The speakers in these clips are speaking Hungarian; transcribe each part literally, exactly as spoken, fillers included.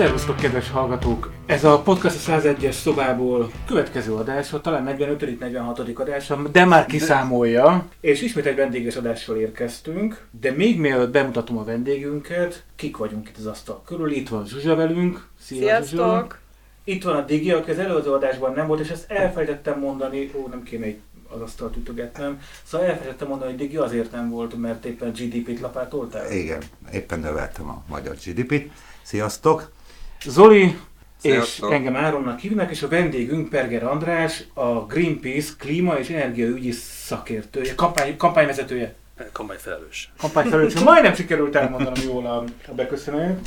Szervusztok, kedves hallgatók! Ez a podcast a százegyes szobából következő adása, talán negyvenötödik negyvenhatodik adása, de már kiszámolja. És ismét egy vendéges adással érkeztünk, de még mielőtt bemutatom a vendégünket, kik vagyunk itt az asztal körül, itt van Zsuzsa velünk. Szia, Sziasztok! Zsuzsa. Itt van a Digi, aki az előző adásban nem volt, és ezt elfelejtettem mondani, ó, nem kéne itt az asztalt ütögetnem. Szóval elfelejtettem mondani, hogy Digi azért nem volt, mert éppen gé dé pét lapátoltál. Igen, éppen növeltem a magyar gé dé pét. Sziasztok! Zoli, Sziasztok. és engem Áronnak hívnak, és a vendégünk Perger András, a Greenpeace klíma- és energiaügyi szakértője, kampány, kampányvezetője. Kampányfelelős. Kampányfelelős. Majdnem sikerült elmondanom jól a, a beköszönőt.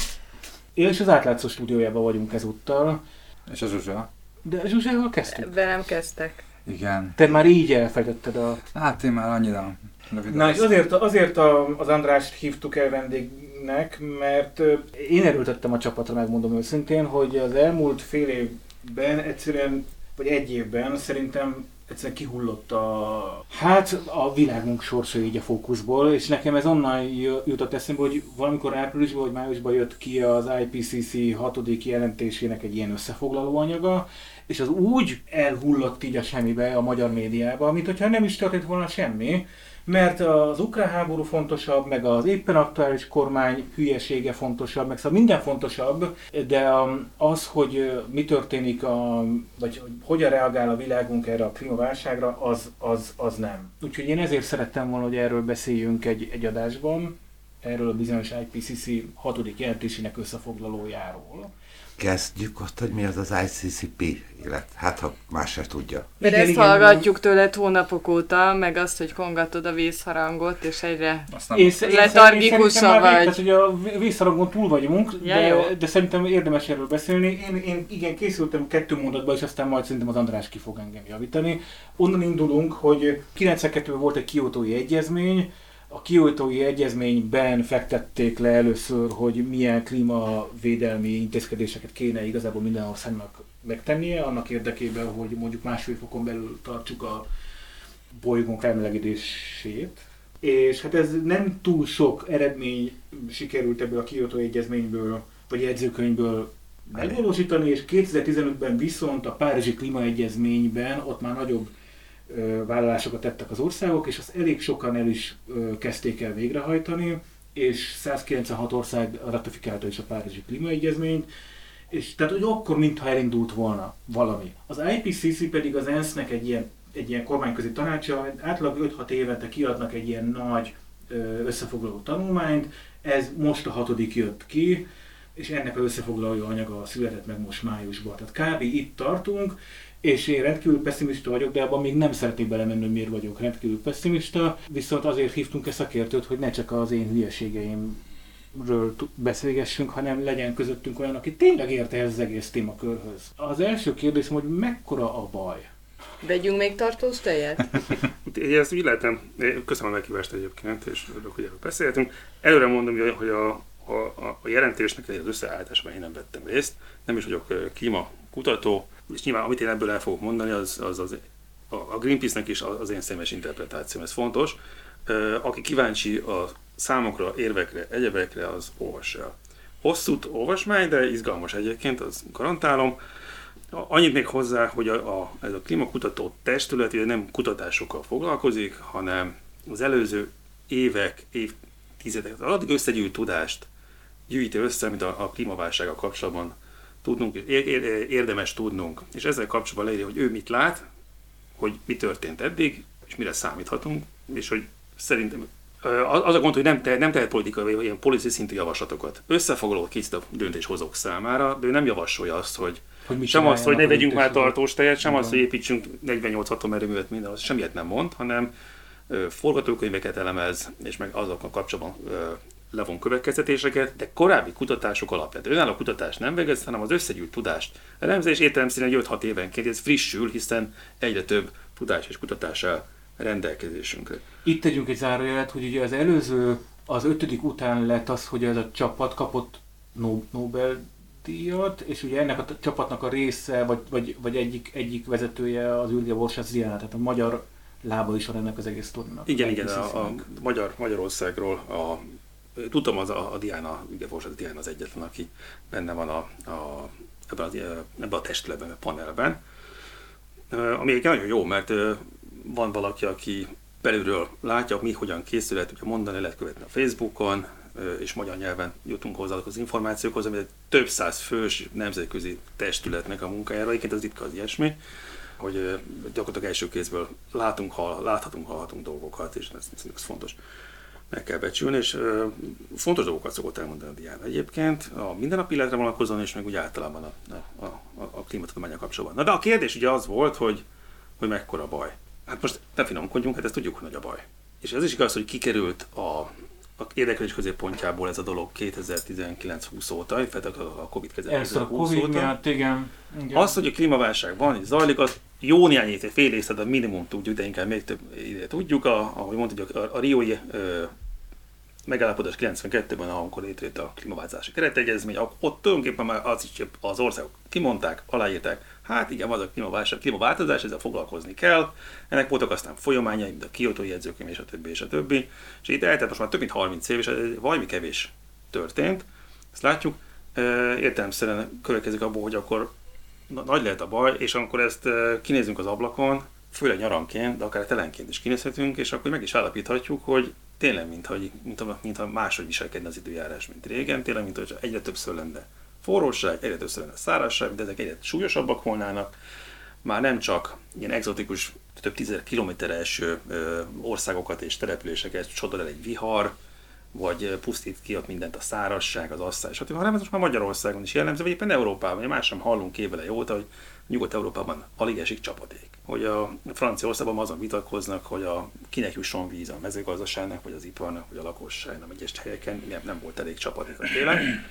És az átlátszó stúdiójában vagyunk ezúttal. És a Zsuzsa? De Zsuzsával kezdtük. Velem kezdtek. Igen. Te már így elfejtetted a... Hát én már annyira röviden. Na és azért, azért a, az Andrást hívtuk el vendégnek, mert én erőltettem a csapatra, megmondom őszintén, hogy az elmúlt fél évben egyszerűen, vagy egy évben szerintem egyszerűen kihullott a, hát a világunk sorsa így a fókuszból, és nekem ez onnan jutott eszembe, hogy valamikor áprilisban vagy májusban jött ki az i pé cé cé hatodik jelentésének egy ilyen összefoglaló anyaga, és az úgy elhullott így a semmibe a magyar médiába, mint hogyha nem is történt volna semmi, mert az ukrán háború fontosabb, meg az éppen aktuális kormány hülyesége fontosabb, meg szóval minden fontosabb, de az, hogy mi történik, a, vagy hogy hogyan reagál a világunk erre a klímaválságra, az, az, az nem. Úgyhogy én ezért szerettem volna, hogy erről beszéljünk egy, egy adásban, erről a bizonyos i pé cé cé hatodik jelentésének összefoglalójáról. Kezdjük azt, hogy mi az az i pé cé cé, illetve hát ha más se tudja. Mert Igen, ezt igen, hallgatjuk tőled hónapok óta, meg azt, hogy kongatod a vészharangot, és egyre Aztán Én, én letargikusabb vagy. vagy. Tehát, hogy a vészharangon túl vagyunk, Ja, de, jó. de szerintem érdemes erről beszélni. Én, én igen, készültem kettő mondatba, és aztán majd szerintem az András ki fog engem javítani. Onnan indulunk, hogy kilencvenkettőben volt egy Kiotói egyezmény. A Kiotói egyezményben fektették le először, hogy milyen klímavédelmi intézkedéseket kéne igazából minden országnak megtennie, annak érdekében, hogy mondjuk másfél fokon belül tartsuk a bolygónk elmelegedését. És hát ez nem túl sok eredmény sikerült ebből a Kiotói egyezményből, vagy jegyzőkönyvből megvalósítani, és kétezer-tizenötben viszont a Párizsi Klímaegyezményben ott már nagyobb ö, vállalásokat tettek az országok, és azt elég sokan el is ö, kezdték el végrehajtani, és százkilencvenhat ország ratifikálta is a Párizsi Klímaegyezményt, és tehát hogy akkor mintha elindult volna valami. Az i pé cé cé pedig az ENSZ-nek egy ilyen, egy ilyen kormányközi tanácsa, átlag öt-hat évente kiadnak egy ilyen nagy ö, összefoglaló tanulmányt, ez most a hatodik jött ki, és ennek az összefoglaló anyaga született meg most májusban. Tehát kb. Itt tartunk, és én rendkívül pessimista vagyok, de abban még nem szeretnék belemenni, hogy miért vagyok rendkívül pessimista, viszont azért hívtunk ezt szakértőt, hogy ne csak az én hülyeségeimről beszélgessünk, hanem legyen közöttünk olyan, aki tényleg ért ehhez az egész témakörhöz. Az első kérdésem, hogy mekkora a baj? Vegyünk még tartós tejet? Én ezt úgy látom, köszönöm a meghívást egyébként, és örülök, hogy erről beszéltünk. Előre mondom, hogy a, a, a jelentésnek az összeállításban én nem vettem részt, nem is vagyok klímakutató, és nyilván amit én ebből el fogok mondani, az, az, az a Greenpeace-nek is az én személyes interpretációm, ez fontos. Aki kíváncsi a számokra, érvekre, egyebekre, az olvassa el. Hosszú olvasmány, de izgalmas egyébként, az garantálom. Annyit még hozzá, hogy a, a, ez a klímakutató testület ugye nem kutatásokkal foglalkozik, hanem az előző évek, évtizedek, az addig összegyűjt tudást gyűjti össze, mint a, a klímaválsággal kapcsolatban tudnunk, ér, ér, érdemes tudnunk. És ezzel kapcsolatban leírja, hogy ő mit lát, hogy mi történt eddig, és mire számíthatunk, és hogy szerintem az a gond, hogy nem, te, nem tehet politikai, vagy ilyen policy szintű javaslatokat. Összefoglaló készít a döntéshozók számára, de ő nem javasolja azt, hogy Hogy sem azt, hogy ne vegyünk már tartós tejet, sem azt, hogy építsünk negyvennyolc atomerőművet, minden, az semmiet nem mond, hanem ö, forgatókönyveket elemez, és meg azokkal kapcsolatban ö, levon következtetéseket, de korábbi kutatások alapján. Önálló kutatást nem végez, hanem az összegyűjt tudást elemzi, és értelemszerűen öt-hat évenként ez frissül, hiszen egyre több tudás és kutatás áll rendelkezésünkre. Itt tegyünk egy zárójelet, hogy ugye az előző, az ötödik után lett az, hogy ez a csapat kapott Nobel díjat, és ugye ennek a csapatnak a része, vagy, vagy, vagy egyik, egyik vezetője az Ürge Borsász Zriana, tehát a magyar lába is van ennek az egész sztorinak. Igen, igen, a, a Magyar, Magyarországról a tudtam, az a, a Diana, ugye a Diana az egyetlen, aki benne van a, a, ebben, a, ebben a testületben, a panelben. Ami egy nagyon jó, mert van valaki, aki belülről látja, mi hogyan készülhet, ugye mondani lehet követni a Facebookon, és magyar nyelven jutunk hozzá az információkhoz, ami egy több száz fős nemzetközi testületnek a munkájára. Egyébként az ritka az ilyesmi, hogy gyakorlatilag első kézből látunk, hall, láthatunk, hallhatunk dolgokat, és ez, ez fontos. Meg kell becsülni, és ö, fontos dolgokat szokott elmondani a Diana egyébként, a mindennapi életre vonatkozóan, és meg úgy általában a, a, a, a klímatudománnyal kapcsolatban. Na de a kérdés ugye az volt, hogy, hogy mekkora baj. Hát most ne finomkodjunk, hát ezt tudjuk, hogy nagy a baj. És ez is igaz, hogy kikerült a, a érdeklődés középpontjából ez a dolog kétezer-tizenkilenc húsz óta, illetve a Covid Ez a Covid miatt, igen. igen. Az, hogy a klímaválság van, és zajlik, az jó néhány évt, fél évszázad minimum tudjuk, de inkább még több ide tudjuk. A, ahogy mondtuk, a, a riói ö, megállapodás kilencvenkettőben, amikor létrejött a klímaváltozási keretegyezmény, ott tulajdonképpen már az is az országok kimondták, aláírták, hát igen, az a klímaválság, klímaváltozás, ezzel foglalkozni kell. Ennek voltak aztán folyamányai, mint a Kyotói jegyzőkönyv, és a többi, és a többi. És itt eltelt most már több mint harminc év, és valami kevés történt. Ezt látjuk. Értelemszerűen következik abból, hogy akkor nagy lehet a baj, és amikor ezt kinézünk az ablakon, főleg nyaranként, de akár telenként is kinézhetünk, és akkor meg is állapíthatjuk, hogy tényleg, mintha, mintha, mintha máshogy viselkedne az időjárás, mint régen, tényleg, mintha egyre többször lenne forróság, egyre többször lenne szárazság, de ezek egyre súlyosabbak volnának. Már nem csak ilyen egzotikus, több tízezer kilométerre eső országokat és településeket csodol el egy vihar, vagy pusztít ki ott mindent a szárazság, az asszály, stb. Hanem ez most már Magyarországon is jellemző, vagy éppen Európában, más sem hallunk évele óta, hogy Nyugat-Európában alig esik csapadék. Hogy a Franciaországban azon vitatkoznak, hogy a, kinek jusson víz, a mezőgazdaságnak, vagy az iparnak, vagy a lakosságnak, egyes helyeken nem, nem volt elég csapadék a télen.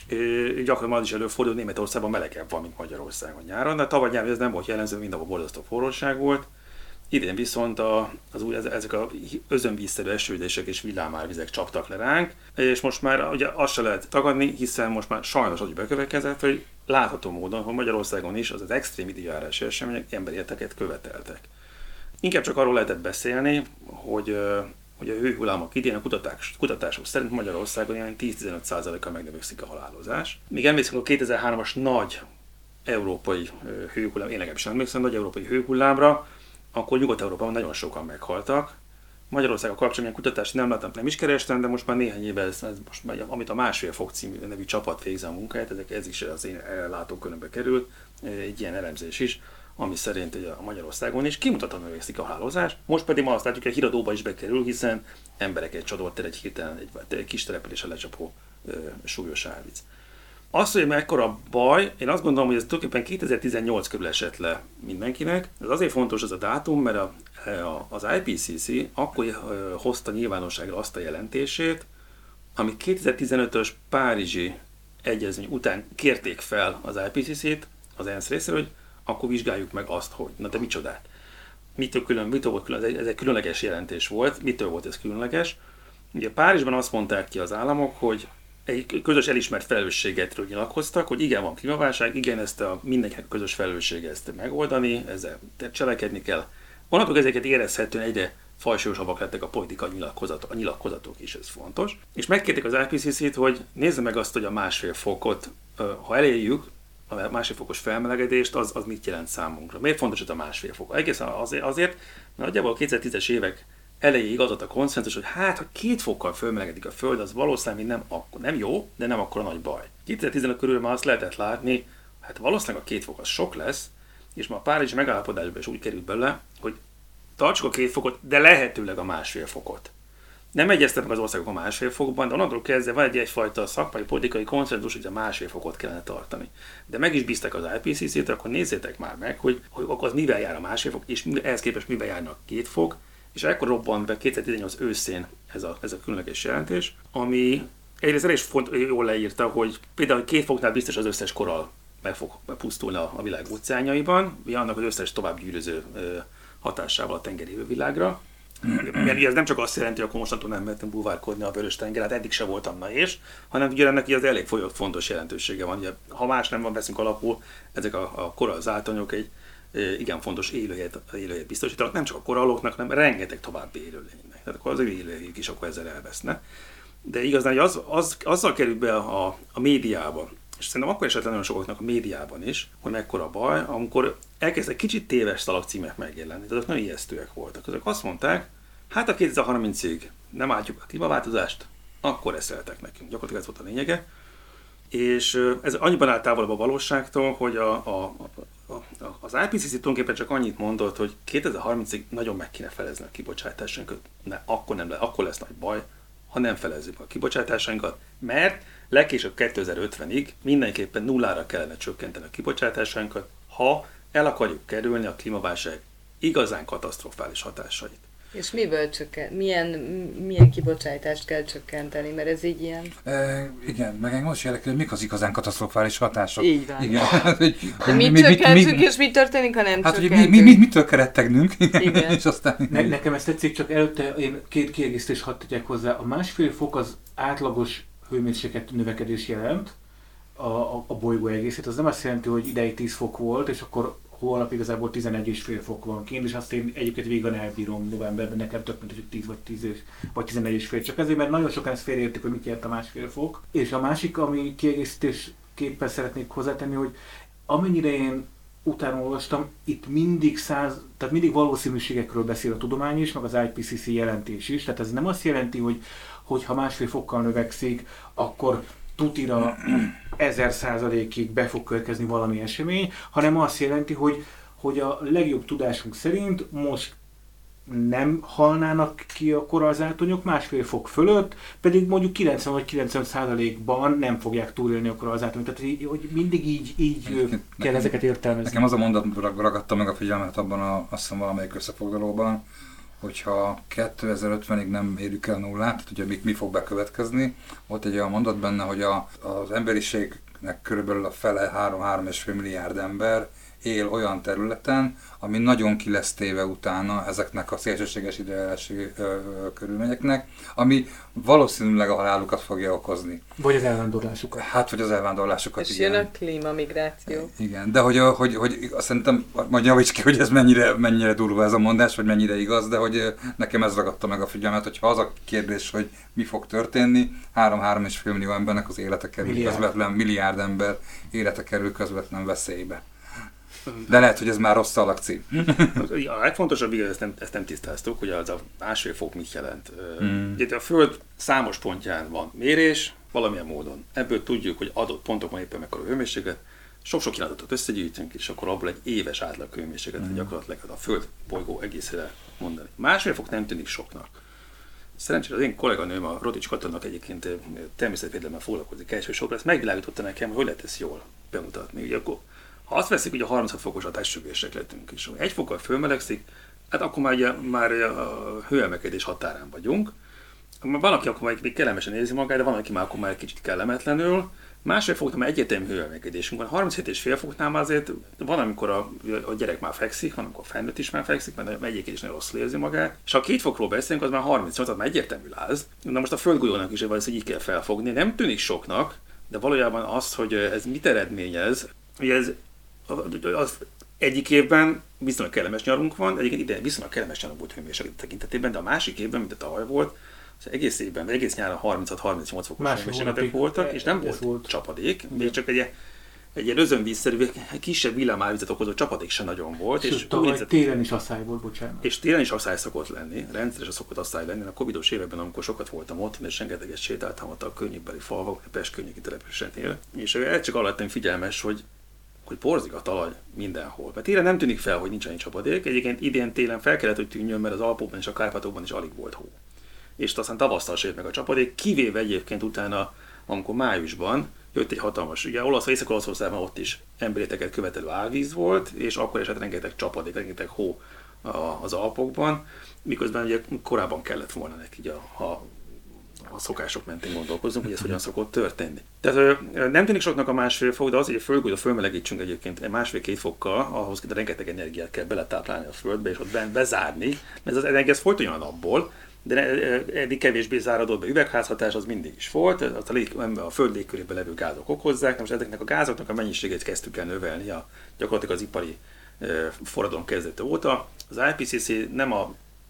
Gyakran az is előfordul, hogy Németországban melegebb van, mint Magyarországon nyáron, de tavaly nyáron ez nem volt jellemző, mindenhol borzasztó forróság volt. Idén viszont a, az új, ezek az özönvízszerű esődések és villámárvizek csaptak le ránk, és most már ugye azt se lehet tagadni, hiszen most már sajnos az is bekövetkezett, hogy látható módon, hogy Magyarországon is az az extrém időjárási események emberi életeket követeltek. Inkább csak arról lehetett beszélni, hogy, hogy a hőhullámok idén a kutatás, kutatások szerint Magyarországon ilyen tíz-tizenöt százalékkal megnövekszik a halálozás. Még emlékszünk a kétezer-hármas nagy európai hőhullám, én legalábbis nem emlékszem, nagy európai hőhullámra, akkor Nyugat-Európában nagyon sokan meghaltak. Magyarországon kapcsolatban kutatást nem láttam, nem is kerestem, de most már néhány éve, ez, ez most már, amit a Másfél fok című nevű csapat végzi a munkáját, ezek, ez is az én látókörömbe került, egy ilyen elemzés is, ami szerint ugye, a Magyarországon is kimutatóan növekszik a halálozás. Most pedig ma azt látjuk, hogy a híradóba is bekerül, hiszen embereket csadolt el egy hirtelen egy, egy kis településen lecsapó ö, súlyos árvíz. Az, hogy mekkora baj, én azt gondolom, hogy ez tulajdonképpen kétezer-tizennyolc körül esett le mindenkinek. Ez azért fontos ez a dátum, mert a, a, az I P C C akkor hozta nyilvánosságra azt a jelentését, amit kétezer-tizenötös Párizsi egyezmény után kérték fel az I P C C-t, az ENSZ részéről, hogy akkor vizsgáljuk meg azt, hogy na de micsodát. Mitől, külön, mitől volt külön, ez egy különleges jelentés volt, mitől volt ez különleges. Ugye Párizsban azt mondták ki az államok, hogy egy közös elismert felelősségetről nyilatkoztak, hogy igen, van klímaválság, igen, ezt a mindenkinek közös felelőssége ezt megoldani, ezzel cselekedni kell. Onnantól ezeket érezhetően egyre fajsúlyosabbak lettek a politikai nyilatkozatok, a nyilatkozatok is, ez fontos. És megkérték az I P C C-t, hogy nézze meg azt, hogy a másfél fokot, ha elérjük, a másfél fokos felmelegedést, az, az mit jelent számunkra. Miért fontos ez a másfél fok? Egészen azért, azért mert nagyjából a kétezer-tízes évek elejéig az a konszenzus, hogy hát, ha két fokkal fölmelegedik a Föld, az valószínűleg nem, akkor, nem jó, de nem akkor nagy baj. kétezer-tizenöt körül már azt lehetett látni, hát valószínűleg a két fok az sok lesz, és ma a Párizsi megállapodásban is úgy került bele, hogy tartsuk a két fokot, de lehetőleg a másfél fokot. Nem egyeztek meg az országok a másfél fokban, de onnantól kezdve van egy egyfajta szakmai politikai konszenzus, hogy a másfél fokot kellene tartani. De meg is bíztak az I P C C-t, akkor nézzétek már meg, hogy, hogy az mivel jár a másfél fok, és ehhez képest mivel járnak két fok, és ekkor robbant be kétezer-tizennyolc őszén ez a, ez a különleges jelentés, ami egyrészt elég font, jól leírta, hogy például két foknál biztos az összes korall meg fog pusztulni a, a világ óceánjaiban, annak az összes tovább gyűröző hatásával a tengeri világra. Mert ez nem csak azt jelenti, hogy akkor mostantól nem mehetünk bulvárkodni a Vörös-tenger, hát eddig se voltam na és, hanem ugye ennek az elég fontos jelentősége van. Ugye, ha más nem van, veszünk alapul, ezek a, a korallzátonyok egy igen fontos élőhelyet, élőhelyet biztosítanak, nem csak a koralloknak, hanem rengeteg további élőlénynek. Tehát akkor az ő élőhelyük is akkor ezzel elveszne. de igazán hogy az, az, azzal kerül be a, a médiába, és szerintem akkor esetleg nagyon sokaknak a médiában is, hogy mekkora baj, amikor elkezdtek kicsit téves szalagcímek megjelenni, de azok nagyon ijesztőek voltak. Azok azt mondták, hát a kétezer-harmincig nem álltjuk a klímaváltozást, akkor eszeltek nekünk. Gyakorlatilag ez volt a lényege. És ez annyiban áll távolabb a valóságtól, hogy a, a, a, a, az i pé cé cé tulajdonképpen csak annyit mondott, hogy kétezer-harmincig nagyon meg kéne felezni a kibocsátásainkat. Ne, akkor, nem le, akkor lesz nagy baj, ha nem felezzük a kibocsátásainkat, mert legkésőbb kétezer-ötvenig mindenképpen nullára kellene csökkenteni a kibocsátásainkat, ha el akarjuk kerülni a klímaválság igazán katasztrofális hatásait. És miből csökkent? Milyen, milyen kibocsátást kell csökkenteni? Mert ez így ilyen... E, igen, meg engem most érdekel, hogy mik az igazán katasztrofális hatások. Így van. Igen. hogy, hogy mit mi, csökkentsük, mi, és mi történik, ha nem hát, csökkentünk? Hát, hogy mi, mi, mitől kell rettegnünk? Igen. És aztán... Ne, nekem ezt tetszik, csak előtte én két kiegészítést hadd tegyek hozzá. A másfél fok az átlagos hőmérséklet növekedés jelent a, a, a bolygó egészét. Az nem azt jelenti, hogy ideig tíz fok volt, és akkor holnap igazából tizenegy és fél fok van kint, és azt én egyébként végig elbírom novemberben, nekem tök mint, hogy tíz vagy tíz vagy tizenegy és fél. Csak ezért, mert nagyon sokan ezt félreértik, hogy mit jelent a másfél fok. És a másik, ami kiegészítésképpen szeretnék hozzátenni, hogy amennyire én utána olvastam, itt mindig száz, tehát mindig valószínűségekről beszél a tudomány is, meg az i pé cé cé jelentés is. Tehát ez nem azt jelenti, hogy, hogy ha másfél fokkal növekszik, akkor tutira ezer százalékig be fog következni valami esemény, hanem azt jelenti, hogy, hogy a legjobb tudásunk szerint most nem halnának ki a korallzátonyok másfél fok fölött, pedig mondjuk kilencven vagy kilencvenöt százalékban nem fogják túlélni a korallzátonyok. Tehát hogy mindig így, így nekem, kell ezeket értelmezni. Nekem az a mondat ragadta meg a figyelmet abban a, azt hiszem valamelyik összefoglalóban, hogyha kétezer-ötvenig nem érjük el nullát, tehát ugye mi, mi fog bekövetkezni. Volt egy olyan mondat benne, hogy a, az emberiségnek körülbelül a fele, három-három és fél milliárd ember él olyan területen, ami nagyon ki lesz téve utána ezeknek a szélsőséges időjárási körülményeknek, ami valószínűleg a halálukat fogja okozni. Vagy az elvándorlásukat. Hát, vagy az elvándorlásukat, és igen. jön a klímamigráció. Igen, de hogy, hogy, hogy azt szerintem, majd javíts ki, hogy ez mennyire, mennyire durva ez a mondás, vagy mennyire igaz, de hogy nekem ez ragadta meg a figyelmet, hogyha az a kérdés, hogy mi fog történni, három-három és fél millió embernek az élete kerül milliárd. közvetlen, milliárd ember élete kerül közvetlen veszélybe. De lehet, hogy ez már rossz alakcím. A legfontosabb, igaz, ezt nem, ezt nem tisztáztuk, hogy az a másfél fok mit jelent. Mm. Itt a Föld számos pontján van mérés, valamilyen módon. Ebből tudjuk, hogy adott pontokban éppen mekkora hőmérséklet, sok-sok irányadatot összegyűjtünk, és akkor abból egy éves átlag hőmérséklet, mm. gyakorlatilag a Föld bolygó egészére mondani. Másfél fok nem tűnik soknak. Szerencsére az én kolléganőm, a Rodics Katalnak egyébként természetvédelemmel foglalkozik elsősorban, ezt megvilágította nekem, hogy hogy lehet ezt jól bemutatni. Ugye akkor ha azt veszik, hogy a harminchat fokos a testsúlyérsékletünk, és egy fokkal fölmelegszik, hát akkor már, ugye, már a hőemelkedés határán vagyunk. Van, aki akkor még kellemesen érzi magát, de van, aki már akkor már egy kicsit kellemetlenül. Másfél foknál már egyértelmű hőemelkedésünk van. harminchét és fél foknál már azért van, amikor a, a gyerek már fekszik, van, amikor a felnőtt is már fekszik, mert egyébként is nagyon rosszul érzi magát. És ha két fokról beszélünk, az már harmincnyolc, az már egyértelmű láz. Na most a földgolyónak is ez így kell felfogni. Nem tűnik soknak, de valójában az, hogy ez mit eredményez, hogy ez az egyik évben viszonylag kellemes nyarunk van, egyébként ide viszonylag kellemes nyarunk volt hőmérséklet tekintetében, de a másik évben, mint a tavaly volt, az egész évben, vagy egész nyáron harminchat-harmincnyolc fokos hőmérsékletek voltak, és nem volt, volt csapadék, még csak egy, egy ilyen özönvízszerű, kisebb villámárvizet okozó csapadék se nagyon volt. Sőt, és tavaly nézett, télen is asszály volt, bocsánat. És télen is asszály szokott lenni, rendszeresen szokott asszály lenni. A covidos években, amikor sokat voltam ott, és rengeteget sétáltam ott a környékbeli falvak, a Pest környéki településeknél, és ez csak alatt figyelmes, hogy hogy porzik a talaj mindenhol. Mert télen nem tűnik fel, hogy nincs annyi csapadék. Egyébként idén télen fel kellett, hogy tűnjön, mert az Alpokban és a Kárpátokban is alig volt hó. És aztán tavasztal sért meg a csapadék, kivéve egyébként utána, amikor májusban jött egy hatalmas, ugye Olasz, Észak-Olaszországban ott is emberéteket követelő árvíz volt, és akkor esett rengeteg csapadék, rengeteg hó az Alpokban, miközben ugye korábban kellett volna neki a, a a szokások mentén gondolkozunk, hogy ez hogyan szokott történni. Tehát nem tűnik soknak a másfél fok, de az, hogy a földgolyót fölmelegítsünk egyébként másfél-két fokkal, ahhoz rengeteg energiát kell beletáplálni a földbe, és ott bezárni, mert az energia ez folyton jön a napból, de eddig kevésbé záradott be üvegházhatás, az mindig is volt, azt a, lég, a föld légkörében levő gázok okozzák, most ezeknek a gázoknak a mennyiségét kezdtük el növelni a, gyakorlatilag az ipari forradalom kezdete óta. Az i pé cé cé nem a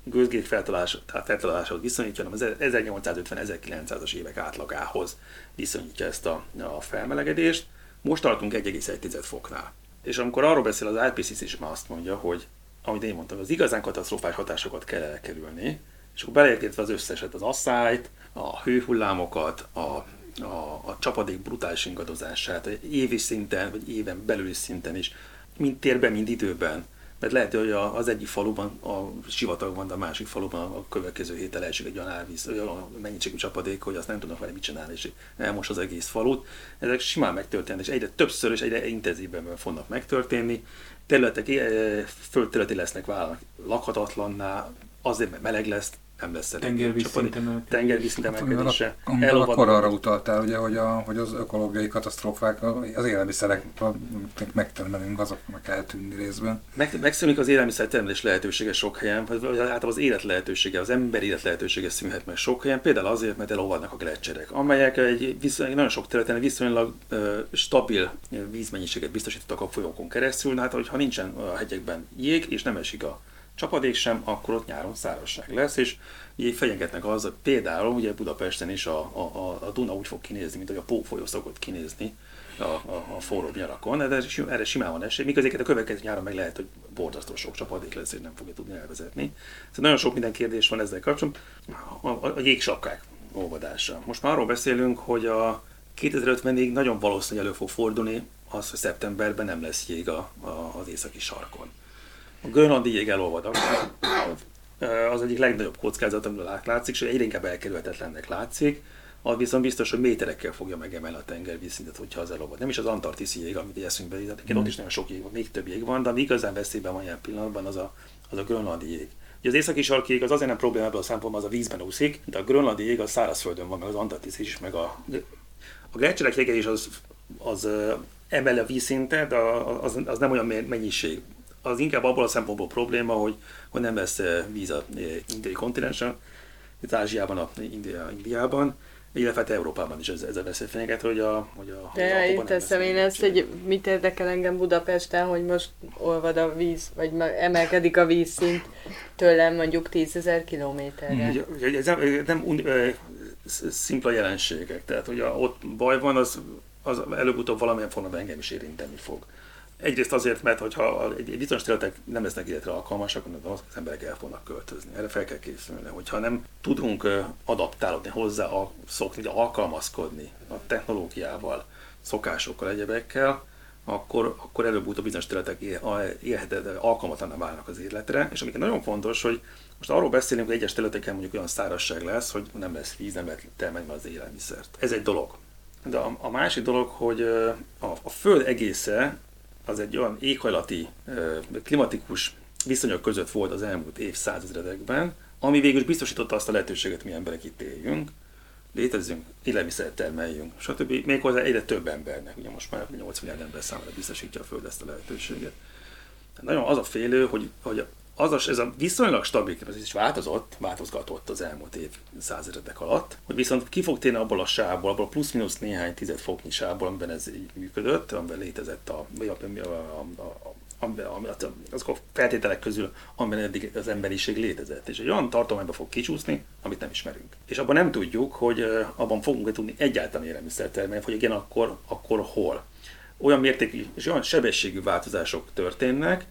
gőzgék feltalálásához viszonyítja, hanem az ezernyolcszázötven-ezerkilencszázas évek átlagához viszonyítja ezt a, a felmelegedést. Most tartunk egy egész egy foknál. És amikor arról beszél az I P C C is már azt mondja, hogy amit én mondtam, az igazán katasztrofális hatásokat kell elkerülni, és akkor beleértve az összeset, az asszályt, a hőhullámokat, a, a, a csapadék brutális ingadozását, évi szinten, vagy éven belüli szinten is, mind térben, mind időben. Mert lehet, hogy az egyik faluban a sivatag van, de a másik faluban a következő héten esik egy olyan árvíz, olyan mennyiségű csapadék, hogy azt nem tudnak vele mit csinálni, és elmos az egész falut. Ezek simán megtörténnek, és egyre többször és egyre intenzívebben fognak megtörténni. Területek, földterületi lesznek válnak lakhatatlanná, azért, mert meleg lesz, nem lesz tengervízszint emelkedése. Akkor arra utaltál, ugye, hogy, a, hogy az ökológiai katasztrófák, az élelmiszerek megtermelünk, azoknak eltűnni részben. Meg, megszűnik az élelmiszertermelés lehetősége sok helyen, vagy általában az élet lehetősége, az ember élet lehetősége szűnhet meg sok helyen, például azért, mert elolvadnak a gleccserek, amelyek egy viszonylag, nagyon sok területen viszonylag uh, stabil vízmennyiséget biztosítottak a folyókon keresztül, hát hogyha nincsen a hegyekben jég, és nem esik a csapadék sem, akkor ott nyáron szárazság lesz, és így fenyegetnek az, például ugye Budapesten is a, a, a Duna úgy fog kinézni, mint hogy a Pó folyó szokott kinézni a, a, a forróbb nyarakon, de erre simán van esély, miközben a következő nyáron meg lehet, hogy borzasztó sok csapadék lesz, és nem fogja tudni elvezetni. Szóval nagyon sok minden kérdés van ezzel kapcsolatban. A, a, a jégsapkák olvadása. Most már arról beszélünk, hogy a kétezer-ötvenig nagyon valószínűleg elő fog fordulni az, hogy szeptemberben nem lesz jég a, a, az északi sarkon. A grönlandi jég elolvad, az egyik legnagyobb kockázat, amiből látszik, és egyre inkább elkerülhetetlennek látszik, az viszont biztos, hogy méterekkel fogja megemelni a tengervízszintet, hogyha az elolvad. Nem is az antarktiszi jég, amit eszünkbe jutott, mm. ott is nagyon sok jég van, még több jég van, de ami igazán veszélyben van ilyen pillanatban, az a, az a grönlandi jég. Ugye az északi sarki jég az azért nem probléma ebből a szempontból, az a vízben úszik, de a grönlandi jég az szárazföldön van, meg az antarktiszi is, meg a, a gleccserek jége is az, az emeli a vízszintet, de az, az nem olyan mennyiség. Az inkább abból a szempontból probléma, hogy, hogy nem lesz víz az indiai kontinensen, itt Ázsiában, a India, Indiában, illetve hát Európában is ez, ez a veszély fenyeget, hogy a hogy a, De itt teszem én ezt, hogy mit érdekel engem Budapesten, hogy most olvad a víz, vagy emelkedik a vízszint tőlem mondjuk tízezer kilométerre. Ez nem, nem un, szimpla jelenségek, tehát hogy a, ott baj van, az, az előbb-utóbb valamilyen formában engem is érinteni fog. Egyrészt azért, mert hogyha egy bizonyos területek nem lesznek életre alkalmasak, akkor az emberek el fognak költözni. Erre fel kell készülni. Hogyha nem tudunk adaptálódni hozzá, szokni, alkalmazkodni a technológiával, szokásokkal, egyebekkel, akkor, akkor előbb-utóbb bizonyos területek élhetetlen, alkalmatlanná válnak az életre. És ami nagyon fontos, hogy most arról beszélünk, hogy egyes területeken mondjuk olyan szárazság lesz, hogy nem lesz víz, nem lehet termelni az élelmiszert. Ez egy dolog. De a, a másik dolog, hogy a, a Föld egésze az egy olyan éghajlati, klimatikus viszonyok között volt az elmúlt évszázadekben, ami végül biztosította azt a lehetőséget, mi emberek itt éljünk, létezzünk, élelmiszert termeljünk, stb. Méghozzá egyre több embernek, ugye most már nyolc milliárd ember számára biztosítja a Föld ezt a lehetőséget. Nagyon az a félő, hogy, hogy az a, ez a viszonylag stabil, ez is változott, változgatott az elmúlt évszázadek alatt, hogy viszont ki fog térni abból a sávból, abból a plusz-minusz néhány tized foknyi sávból, amiben ez így működött, amiben létezett a, a, a, a, a, azok a feltételek közül, amiben eddig az emberiség létezett. És egy olyan tartományba fog kicsúszni, amit nem ismerünk. És abban nem tudjuk, hogy abban fogunk tudni egyáltalán élelmiszert termelni, hogy igen, akkor, akkor hol. Olyan mértékű és olyan sebességű változások történnek,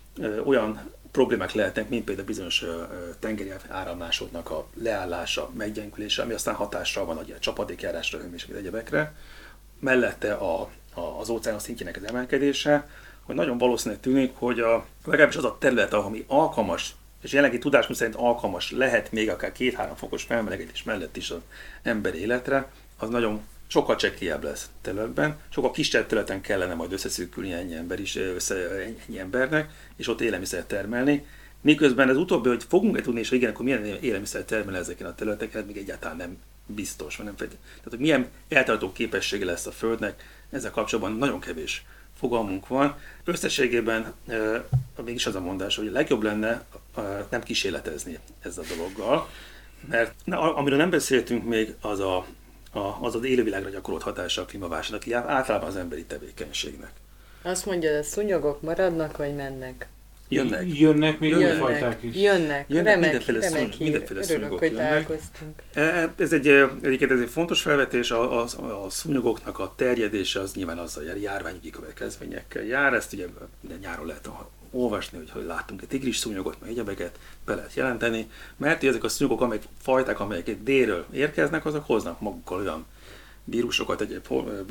olyan problémák lehetnek, mint például bizonyos tengeri áramlásoknak a leállása, meggyengülése, ami aztán hatással van a csapadékjárásra, hőmérséklet egyebekre. Mellette a, a, az óceán szintjének az emelkedése, hogy nagyon valószínűleg tűnik, hogy a, legalábbis az a terület, ami alkalmas, és jelenlegi tudásunk szerint alkalmas lehet még akár két-három fokos felmelegedés mellett is az ember életre, az nagyon sokkal csekélyebb lesz területben, sokkal kisebb területen kellene majd összeszűkülni ennyi ember is, össze, ennyi embernek, és ott élelmiszert termelni. Miközben az utóbbi, hogy fogunk-e tudni, és igen, akkor milyen élelmiszert termelni ezeken a területeken, még egyáltalán nem biztos, vagy nem fed. Tehát, hogy milyen eltartó képessége lesz a Földnek, ezzel kapcsolatban nagyon kevés fogalmunk van. Összességében e, mégis az a mondás, hogy legjobb lenne e, nem kísérletezni ezzel a dologgal, mert na, amiről nem beszéltünk még, az a az az élővilágra gyakorolt hatása a klímaválságnak, általában az emberi tevékenységnek. Azt mondja, hogy a szúnyogok maradnak, vagy mennek? Jönnek. Jönnek még új Jönnek, fajták is. jönnek, Jönnek remek, mindenféle remek szúnyog- hír. mindenféle Örülök, szúnyogok hogy jönnek. találkoztunk. E, Ez egy, e, egyébként ez egy fontos felvetés, a, a, a szúnyogoknak a terjedése az nyilván azzal jár, járványügyi következményekkel jár, ezt ugye minden nyáron lehet olvasni, hogy, hogy láttunk egy tigris szúnyogot, meg egyebeket be lehet jelenteni, mert ezek a szúnyogok, amelyek fajták, amelyek délről érkeznek, azok hoznak magukkal olyan vírusokat, egyéb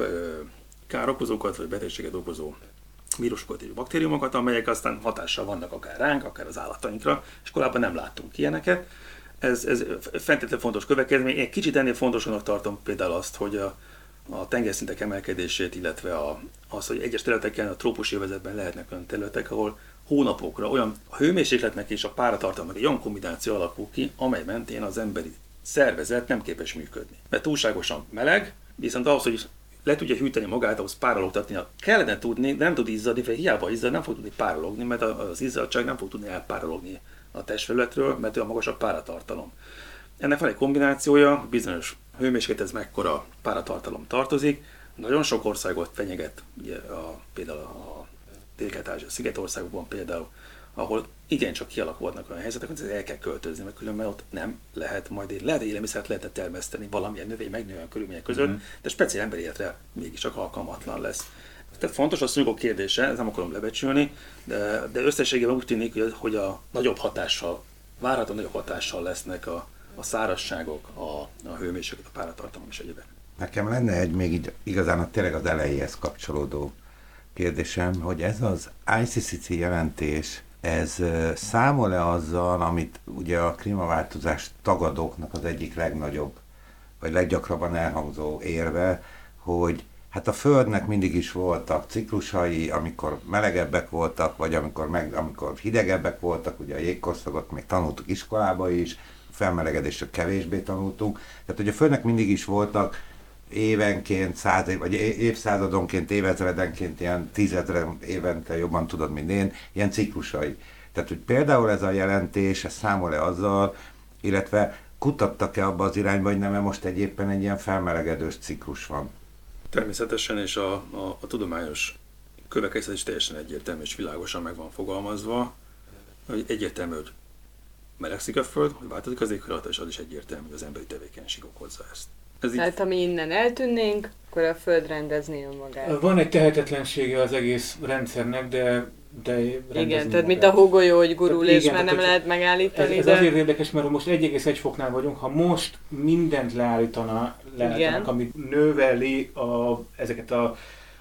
károkozókat, vagy betegséget okozó vírusokat és baktériumokat, amelyek aztán hatással vannak akár ránk, akár az állatainkra, és korábban nem láttunk ilyeneket. Ez, ez feltétlenül fontos következmény. Én kicsit ennél fontosnak tartom például azt, hogy a, a tengerszintek emelkedését, illetve a, az, hogy egyes területeken, a trópusi övezetben lehetnek olyan területek, ahol hónapokra olyan a hőmérsékletnek és a páratartalmak egy olyan kombináció alakul ki, amely mentén az emberi szervezet nem képes működni. Mert túlságosan meleg, viszont ahhoz, hogy le tudja hűteni magát, ahhoz párologtatni, kellene tudni, de nem tud izzadni, vagy hiába izzad, nem fog tudni párologni, mert az izzadság nem fog tudni elpárologni a testfelületről, mert olyan magas a páratartalom. Ennek van egy kombinációja, bizonyos hőmérséklet, ez mekkora páratartalom tartozik. Nagyon sok országot fenyeget, ugye a, például a Dél-Kelet-Ázsia szigetországokban például, ahol igencsak kialakulnak olyan helyzetek, hogy el kell költözni, mert különben ott nem lehet majd, lehet élelmiszert lehetne termeszteni valamilyen növény megnő olyan körülmények között, mm-hmm. de speciál emberi életre mégiscsak alkalmatlan lesz. Tehát fontos a szúnyogok kérdése, ezt nem akarom lebecsülni, de, de összességében úgy tűnik, hogy a nagyobb hatással, várható nagyobb hatással lesznek a, a szárazságok, a, a hőmérséklet, a páratartalom és egyébek. Nekem lenne egy még így, igazán a tényleg az elejéhez kapcsolódó kérdésem, hogy ez az I C C C jelentés, ez számol-e azzal, amit ugye a klímaváltozás tagadóknak az egyik legnagyobb, vagy leggyakrabban elhangzó érve, hogy hát a Földnek mindig is voltak ciklusai, amikor melegebbek voltak, vagy amikor, meg, amikor hidegebbek voltak, ugye a jégkorszagot még tanultuk iskolába is, a felmelegedésről kevésbé tanultunk, tehát hogy a Földnek mindig is voltak évenként, száz év, vagy évszázadonként, évezredenként, ilyen tízezren évente, jobban tudod, mint én, ilyen ciklusai. Tehát, hogy például ez a jelentés, ez számol-e azzal, illetve kutattak-e abba az irányba, hogy nem, most egy éppen egy ilyen felmelegedős ciklus van? Természetesen, és a, a, a tudományos következtetés is teljesen egyértelmű és világosan meg van fogalmazva, hogy egyértelmű, hogy melegszik a Föld, hogy változik az éghajlat, és az is egyértelmű, hogy az emberi tevékenység okozza ezt. Ez Tehát így... ha mi innen eltűnnénk, akkor a Föld rendezné önmagát. Van egy tehetetlensége az egész rendszernek, de, de igen, tehát mint a hógolyó, hogy gurul, és igen, már nem lehet megállítani. Ez, ez de... azért érdekes, mert most egy egész egy foknál vagyunk, ha most mindent leállítana, leállítanak, ami növeli a, ezeket a,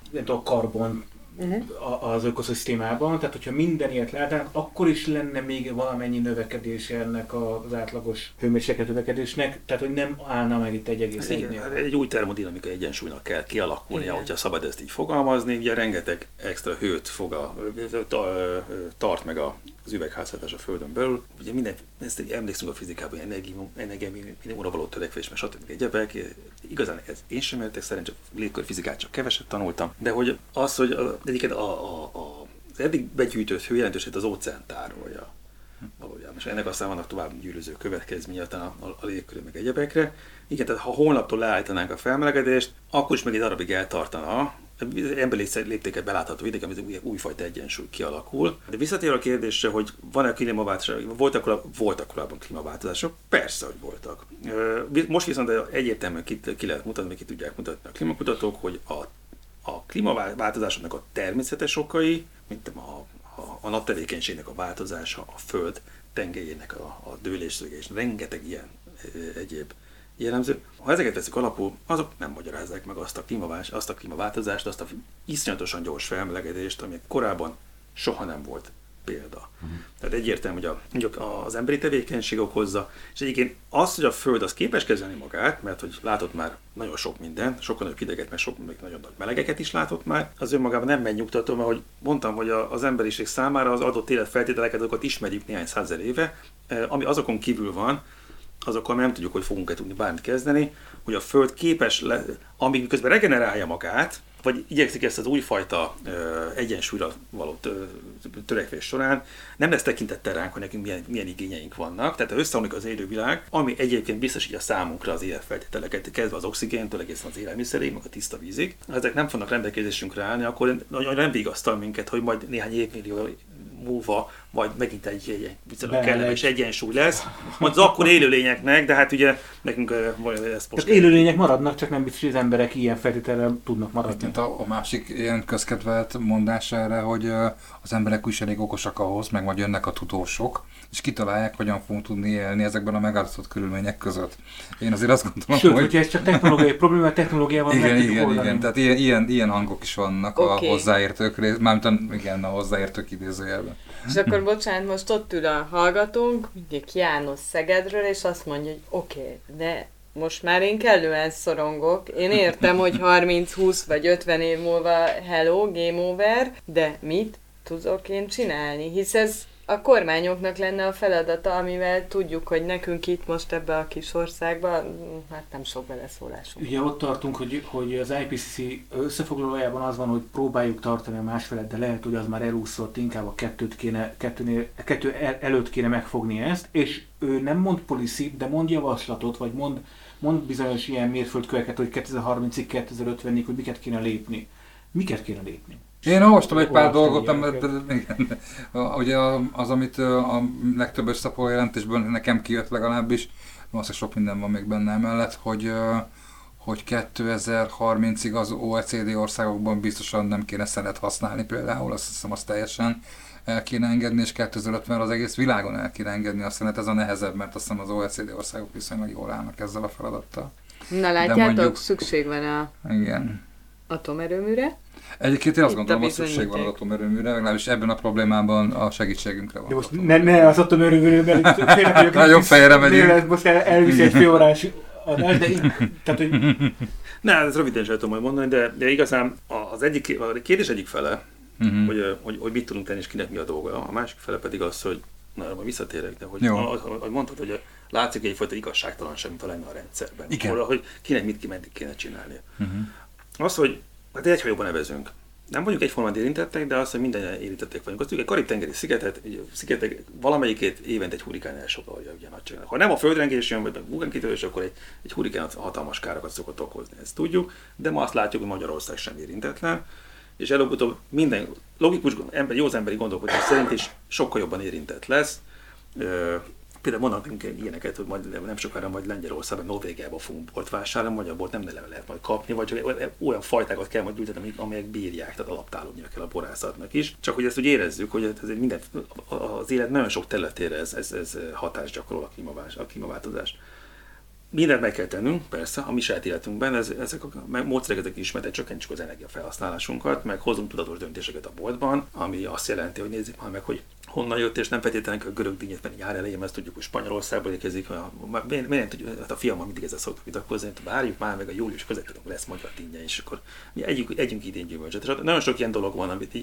a karbon uh-huh. az ökoszisztémában, tehát hogyha minden ilyet látnánk, akkor is lenne még valamennyi növekedése ennek az átlagos hőmérséklet növekedésnek, tehát hogy nem állna meg itt egy egész egynél. Egy új termodinamika egyensúlynak kell kialakulnia, hogyha szabad ezt így fogalmazni, ugye rengeteg extra hőt fog a, tart meg az üvegházhatás a Földön belül. Ugye minden, ezt emlékszünk a fizikában, energiáminimumra való törekvés, mert stb. Egyebek. Igazán ez én sem értek, szerencsére légkörfizikát csak keveset tanultam, de hogy az, hogy egyiket a, a, a, az eddig begyűjtött hő jelentősét az óceán tárolja valójában, és ennek aztán vannak tovább gyűrűző következménye a, a, a légkörű meg egyebekre. Igen, tehát ha holnaptól leállítanánk a felmelegedést, akkor is meg egy darabig eltartana, emberi léptéket belátható vidék, ami új, újfajta egyensúly kialakul. De visszatér a kérdésre, hogy van-e klímaváltozás, voltak, voltak korábban klímaváltozások? Persze, hogy voltak. Most viszont egyértelműen ki, ki lehet mutatni, ki tudják mutatni a klímakutatók, hogy a, a klímaváltozásoknak a természetes okai, mint a, a, a naptevékenységnek a változása, a föld tengelyének a, a dőlésszöge, és rengeteg ilyen egyéb jellemző. Ha ezeket veszik alapul, azok nem magyarázzák meg azt a, klímavás, azt a klímaváltozást, azt a iszonyatosan gyors felmelegedést, ami korábban soha nem volt példa. Uh-huh. Tehát egyértelmű, hogy a, az emberi tevékenység okozza, és egyébként az, hogy a Föld az képes kezelni magát, mert hogy látott már nagyon sok mindent, sokkal nagyobb hideget, meg sok még nagyon nagy melegeket is látott már, az önmagában nem megnyugtató, mert hogy mondtam, hogy a, az emberiség számára az adott életfeltételeket, azokat ismerjük néhány százezer éve, ami azokon kívül van, azokkal nem tudjuk, hogy fogunk-e tudni bármit kezdeni, hogy a Föld képes, le, amíg közben regenerálja magát, vagy igyekszik ezt az újfajta ö, egyensúlyra való törekvés során, nem lesz tekintettel ránk, hogy nekünk milyen, milyen igényeink vannak. Tehát összeomlik az élővilág, ami egyébként biztosítja számunkra az életfeltételeket, kezdve az oxigéntől egészen az élelmiszerig, meg a tiszta vízig. Ha ezek nem fognak rendelkezésünkre állni, akkor nagyon nem vigasztal minket, hogy majd néhány évmillió múlva vagy megint egy, egy viszonylag Bele kellemes egy- egyensúly lesz. Az akkor élőlényeknek, de hát ugye nekünk ö, vagy ez most... Tehát élőlények maradnak, csak nem biztos, hogy az emberek ilyen feltétellel tudnak maradni. Egyébként a, a másik ilyen közkedvelt mondás erre, hogy ö, az emberek is elég okosak ahhoz, meg majd jönnek a tudósok, és kitalálják, hogyan fogunk tudni élni ezekben a megállapított körülmények között. Én azért azt gondolom, Sőt, hogy... hogyha ez csak technológiai probléma, technológiával Igen, meg tudjuk igen, oldani. igen. Tehát ilyen, ilyen, ilyen hangok is vannak Oké. a hozzáértők rész, mármint a, igen, a hozzáértők idézőjelben. És akkor bocsánat, most ott ül a hallgatónk, mondjuk János Szegedről, és azt mondja, hogy oké, okay, de most már én kellően szorongok. Én értem, hogy harminc, húsz vagy ötven év múlva hello, game over, de mit tudok én csinálni? Hisz ez a kormányoknak lenne a feladata, amivel tudjuk, hogy nekünk itt most ebbe a kis országban, hát nem sok beleszólásunk. Ugye ott tartunk, hogy, hogy az I P C C összefoglalójában az van, hogy próbáljuk tartani a másfelet, de lehet, hogy az már elúszott, inkább a kettőt kéne, kettőnél, kettő el, előtt kéne megfogni ezt, és ő nem mond policy, de mond javaslatot, vagy mond, mond bizonyos ilyen mérföldköveket, hogy kétezer-harmincig, kétezer-ötvenig, hogy miket kéne lépni. Miket kéne lépni? Én olvastam egy pár Olvastam dolgot, nem, ilyeneket. de, igen. Ugye az, amit a legtöbb összefoglaló jelentésből nekem kijött legalábbis, valószínűleg sok minden van még benne emellett, hogy, hogy kétezer-harmincig az O E C D országokban biztosan nem kéne szenet használni például, azt hiszem azt teljesen el kéne engedni, és kétezer-ötvenre az egész világon el kéne engedni a szenet, ez a nehezebb, mert azt hiszem az O E C D országok viszonylag jól állnak ezzel a feladattal. Na látjátok, mondjuk- szükség van a Igen. atomerőműre. Egyébként én azt Itt gondolom, a hogy szükség van az bizonyíték. atomerőműre, legalábbis ebben a problémában a segítségünkre van. De most ne, ne az atomerőműről, mert itt félek vagyok. Nagyon fejre megyünk. Néha most el, elviszi egy félórás adás, de így, tehát, hogy Ne, ez röviden sem tudom majd mondani, de, de igazán az egyik, a kérdés egyik fele, Uh-huh. hogy, hogy, hogy mit tudunk tenni és kinek mi a dolga. A másik fele pedig az, hogy na, majd visszatérek, de hogy, Jó. ahogy mondtad, hogy látszik egyfajta igazságtalanság, mint a lenne a rendszerben. Igen. Hogy, hogy kinek mit ki meddig kéne csinálni. Uh-huh. Az, hogy hát egy hajóban nevezünk. Nem vagyunk egyformán érintettek, de az, hogy minden érintettek vagyunk. Azt tudjuk, egy Karib-tengeri szigetet, ugye, szigetek valamelyiket évente egy hurikán elsodorja ugye nagyságnak. Ha nem a földrengés jön, vagy a vulkánkitörés, akkor egy, egy hurikán hatalmas károkat szokott okozni. Ezt tudjuk, de ma azt látjuk, hogy Magyarország sem érintetlen. És előbb-utóbb minden logikus, ember, jó az emberi gondolkodás szerint is sokkal jobban érintett lesz. Ö, például mondatunk ilyeneket, hogy majd nem sokára majd Lengyelországban, Norvégiában fogunk bort vásárolni, magyar bort nem lehet majd kapni, vagy csak olyan fajtákat kell majd gyűjteni, amelyek bírják, tehát alaptálódnia kell a borászatnak is. Csak hogy ezt úgy érezzük, hogy ez egy minden, az élet nagyon sok területére ez, ez, ez hatást gyakorol a, klímavás, a klímaváltozás. Mindent meg kell tennünk, persze, a mi saját életünkben, ez, ezek a módszerek ezek ismertek, csökkentsük az energiafelhasználásunkat, meg hozunk tudatos döntéseket a boltban, ami azt jelenti, hogy nézzük már meg, hogy honnan jött, és nem feltétlenül a görög dínyét, mert nyár elején, ezt tudjuk, hogy Spanyolországból érkezik, miért tudjuk, hát a fiammal mindig ezzel szoktuk vitatkozni, hogy várjuk már meg a július között lesz magyar dinnye, és akkor mi együnk, együnk idén gyümölcsöt. És nagyon sok ilyen dolog van, amit így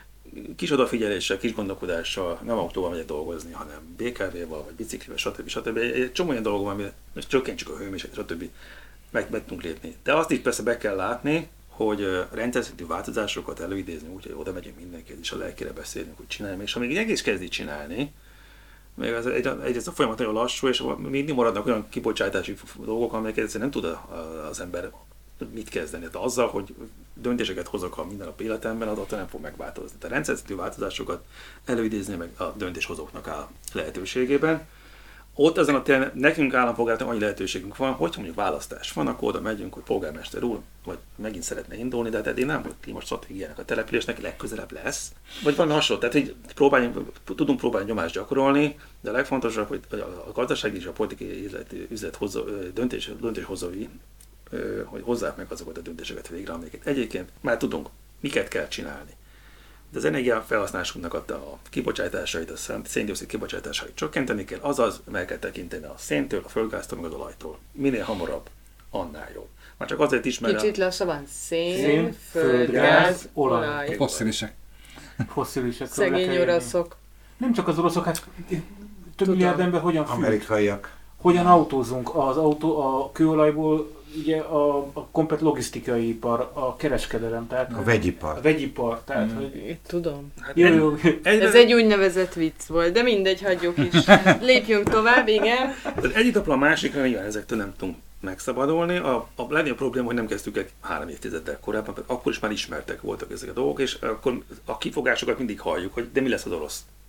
kis odafigyeléssel, kis gondolkodással, nem autóval megyek dolgozni, hanem bé ká véval, vagy biciklivel, stb. stb. Egy csomó olyan dolog van, ami csökkentsük a hőmérsékletet, stb. Meg, meg tudunk lépni. De azt is persze be kell látni, hogy rendszerszintű változásokat előidézni úgy, hogy oda megyünk mindenkihez is a lelkére beszélni, hogy csinálni, és amíg egész kezdi csinálni, még az egy, egy, ez a folyamat nagyon lassú, és mindig maradnak olyan kibocsátási dolgok, amelyeket egyszerűen nem tud az ember mit kezdeni. Tehát azzal, hogy döntéseket hozok a mindennapi életemben, az attól nem fog megváltozni. Tehát rendszerszintű változásokat előidézni meg a döntéshozóknak áll lehetőségében. Ott ezen a téren nekünk állampolgárnak annyi lehetőségünk van, hogyha mondjuk választás van, akkor oda megyünk, hogy polgármester úr, vagy megint szeretne indulni, de hát én nem, hogy klímastratégiának a településnek legközelebb lesz. Vagy valami hasonló, tehát hogy próbáljunk, tudunk próbálni nyomást gyakorolni, de a legfontosabb, hogy a gazdasági és a politikai üzlet, üzlethozó, döntés, döntéshozói, hogy hozzák meg azokat a döntéseket végre, amiket egyébként már tudunk, miket kell csinálni. De az energiafelhasználásunknak a kibocsátásait, a széndioxid kibocsátásait csökkenteni kell, azaz meg kell tekinteni a széntől, a földgáztól, meg az olajtól. Minél hamarabb, annál jobb. Már csak azért is, mert Kicsit lassabban. Szén, Szén, földgáz, olaj. olaj. Fosszilisek. fosszilisek. Szegény oroszok. Nem csak az oroszok, hát több Tudom. milliárd ember hogyan fűt? Amerikaiak. Hogyan autózunk? Az autó, a kőolajból ugye a, a komplet logisztikai ipar, a kereskedelem, tehát A a vegyipar. vegyipar, tehát Mm. hogy Én tudom. hát jó, jó, egy, Ez egy úgynevezett vicc volt, de mindegy, hagyjuk is. Lépjünk tovább, igen. Tehát egyik napra a másikra nyilván ezektől nem tudunk megszabadulni. A, a legnagyobb probléma, hogy nem kezdtük el három évtizeddel korábban, akkor is már ismertek voltak ezek a dolgok, és akkor a kifogásokat mindig halljuk, hogy de mi lesz az orosz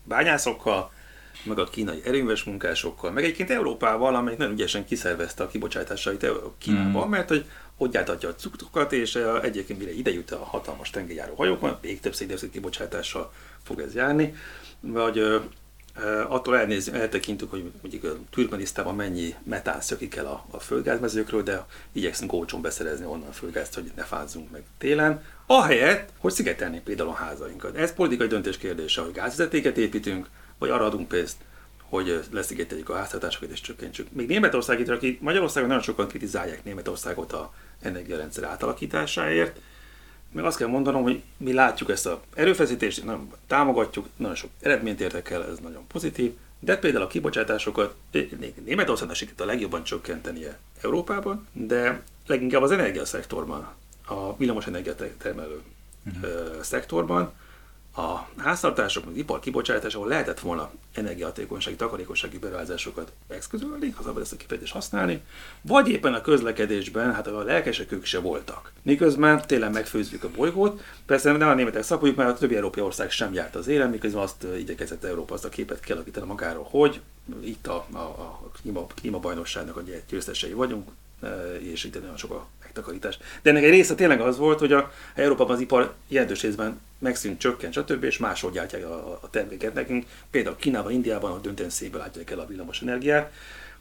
bányászokkal, meg a kínai erőműves munkásokkal, meg egyébként Európával, amelyik nagyon ügyesen kiszervezte a kibocsátásait Kínában, mm. mert hogy ott gyártatja a cuccokat, és egyébként mire ide jut a hatalmas tengerjáró hajókon, még több széndioxid kibocsátással fog ez járni, vagy attól elnéz, eltekintünk, hogy mondjuk Türkmenisztánban mennyi metán szökik el a, a földgázmezőkről, de igyekszünk olcsón beszerezni onnan a földgázt, hogy ne fázzunk meg télen. Ahelyett, hogy szigetelnénk például a házainkat. Ez politikai döntés kérdése, hogy gázvezetéket építünk, vagy arra adunk pénzt, hogy leszigeteljük a háztartásokat és csökkentsük. Még Németország itt, akik Magyarországon nagyon sokan kritizálják Németországot a energiarendszer átalakításáért, meg azt kell mondanom, hogy mi látjuk ezt az erőfeszítést, nagyon támogatjuk, nagyon sok eredményt értek el, ez nagyon pozitív, de például a kibocsátásokat Németországnak sikerült a legjobban csökkentenie Európában, de leginkább az energiaszektorban, a villamosenergia termelő uh-huh. szektorban, a háztartások, az ipar kibocsátás, ahol lehetett volna energiahatékonysági, takarékossági beruházásokat eszközölni, ha szabad ezt a kifejezést használni, vagy éppen a közlekedésben, hát a lelkesek ők se voltak. Miközben télen megfőzzük a bolygót, persze nem a németek szapoljuk, mert a többi európai ország sem járt az élen, miközben azt igyekezett Európa azt a képet kialakítani magáról, hogy itt a, a, a klíma, klímabajnokságnak a győztesei vagyunk, és itt nagyon sok a megtakarítás. De ennek egy része tényleg az volt, hogy a Európában az ipar jelentős részben megszűnt, csökkent, stb. És máshol gyártják a, a terméket nekünk. Például Kínában, Indiában, a döntően szépen látják el a villamos energiát.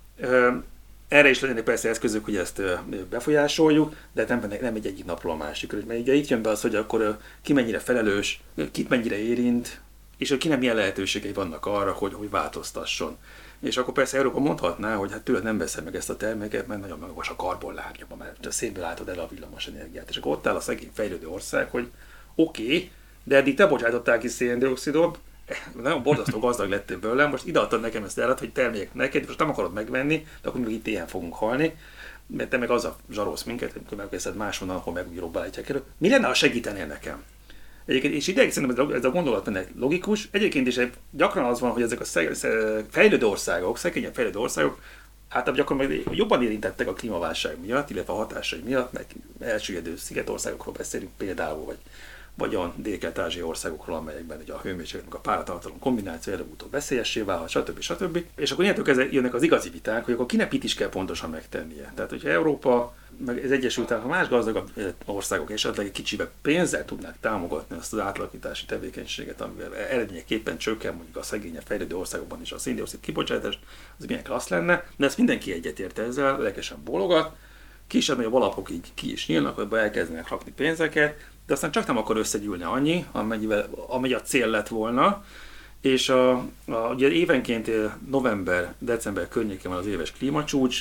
Erre is lennének persze eszközök, hogy ezt befolyásoljuk, de nem, nem egy egyik napról a másikra. Mert ugye itt jön be az, hogy akkor ki mennyire felelős, kit mennyire érint, és hogy kinek milyen lehetőségei vannak arra, hogy, hogy változtasson. És akkor persze Európa mondhatná, hogy hát tőled nem veszed meg ezt a terméket, mert nagyon magas a karbonlábnyoma, mert a szénből látod el a villamos energiát. És akkor ott áll a szegény fejlődő ország, hogy oké, okay, de eddig te bocsátottál ki széndioxidot, nagyon borzasztó gazdag lettél belőle, most ideadtad nekem ezt el, hogy termék neked, most nem akarod megvenni, de akkor még itt éhen fogunk halni, mert te meg azzal zsarolsz minket, amikor megveszed máshonnan, ahol meg úgy robbálítják elő. Mi lenne, ha segítenél nekem? Egyébként, és ideig szerintem ez a gondolat benne logikus. Egyébként is gyakran az van, hogy ezek a fejlődő országok, szegényebb fejlődő országok általában gyakran jobban érintettek a klímaválság miatt, illetve a hatásai miatt, meg elsüllyedő szigetországokról beszélünk például, vagy, vagy olyan dél-kelet-ázsiai országokról, amelyekben ugye a hőmérsékletnek a páratartalom kombináció előbb-utóbb veszélyessé válhat, stb. stb. És akkor innentől kezdve jönnek az igazi viták, hogy akkor kinek mit is kell pontosan megtennie. Tehát, hogyha Európa, meg az Egyesült Államok, más gazdagabb országok esetleg egy kicsibe pénzzel tudnák támogatni azt az átalakítási tevékenységet, amivel eredményeképpen csökken mondjuk a szegényebb fejlődő országokban is a széndioxid kibocsátás, az milyen klassz lenne, de ezt mindenki egyetért ezzel, lelkesen bólogat, kisebb-nagyobb alapok így ki is nyílnak, abban elkezdenek rakni pénzeket, de aztán csak nem akar összegyűlni annyi, amennyivel, amennyi a cél lett volna, és a, a, ugye évenként november, december környékén van az éves klímacsúcs,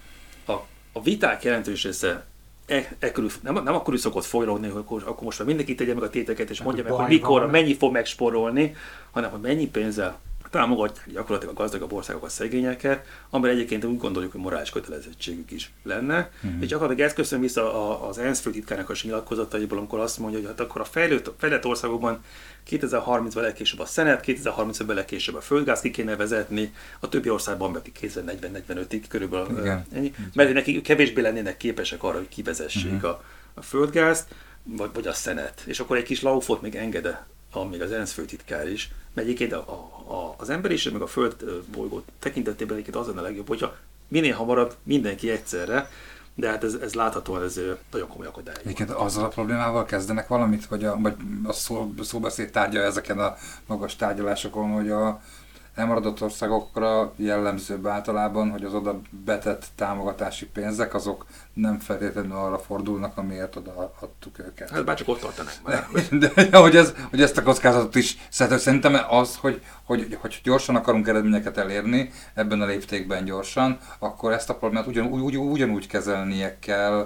a, a viták jelentős része e, e körül, nem, nem akkor is szokott folyródni, hogy akkor, akkor most már mindenki tegye meg a téteket, és mondja meg, hogy mikor, mennyi fog megspórolni, hanem hogy mennyi pénzzel támogatják gyakorlatilag a gazdagabb országok a szegényeket, amire egyébként úgy gondoljuk, hogy morális kötelezettségük is lenne. Mm-hmm. És gyakorlatilag ezt köszön vissza az ENSZ főtitkának a nyilatkozataiból, amikor azt mondja, hogy hát akkor a fejlett, fejlett országokban kétezer-harmincban legkésőbb a szenet, kétezer-harmincban legkésőbb a földgáz ki kéne vezetni, a többi országban meg kétezer-negyven-negyvenötig körülbelül igen. ennyi. Mert nekik kevésbé lennének képesek arra, hogy kivezessék mm-hmm. a, a földgázt, vagy, vagy a szenet. És akkor egy kis laufot még engede, még az ENSZ főtitkár is, mert egyébként a, a, az emberiség meg a föld bolygó tekintetében egyébként az lenne a legjobb, hogyha minél hamarabb mindenki egyszerre, de hát ez, ez láthatóan ez nagyon komoly akadály. Egyébként azzal a problémával kezdenek valamit, vagy a, vagy a szó, szóbeszéd tárgya ezeken a magas tárgyalásokon, hogy a elmaradott országokra jellemzőbb általában, hogy az oda betett támogatási pénzek, azok nem feltétlenül arra fordulnak, amiért oda adtuk őket. Hát bárcsak ott tartanak már. De, de hogy, ez, hogy ezt a kockázatot is szerintem az, hogy, hogy, hogy gyorsan akarunk eredményeket elérni, ebben a léptékben gyorsan, akkor ezt a problémát ugyanúgy, ugy, ugyanúgy kezelnie kell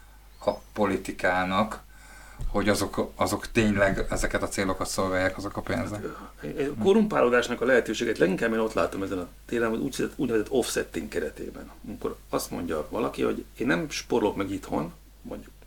a politikának, hogy azok, azok tényleg ezeket a célokat szolgálják, azok a pénzek. A korrumpálódásnak a lehetőséget leginkább én ott látom ezen a téren, úgy, úgynevezett offsetting keretében. Amikor azt mondja valaki, hogy én nem sporolok meg itthon, mondjuk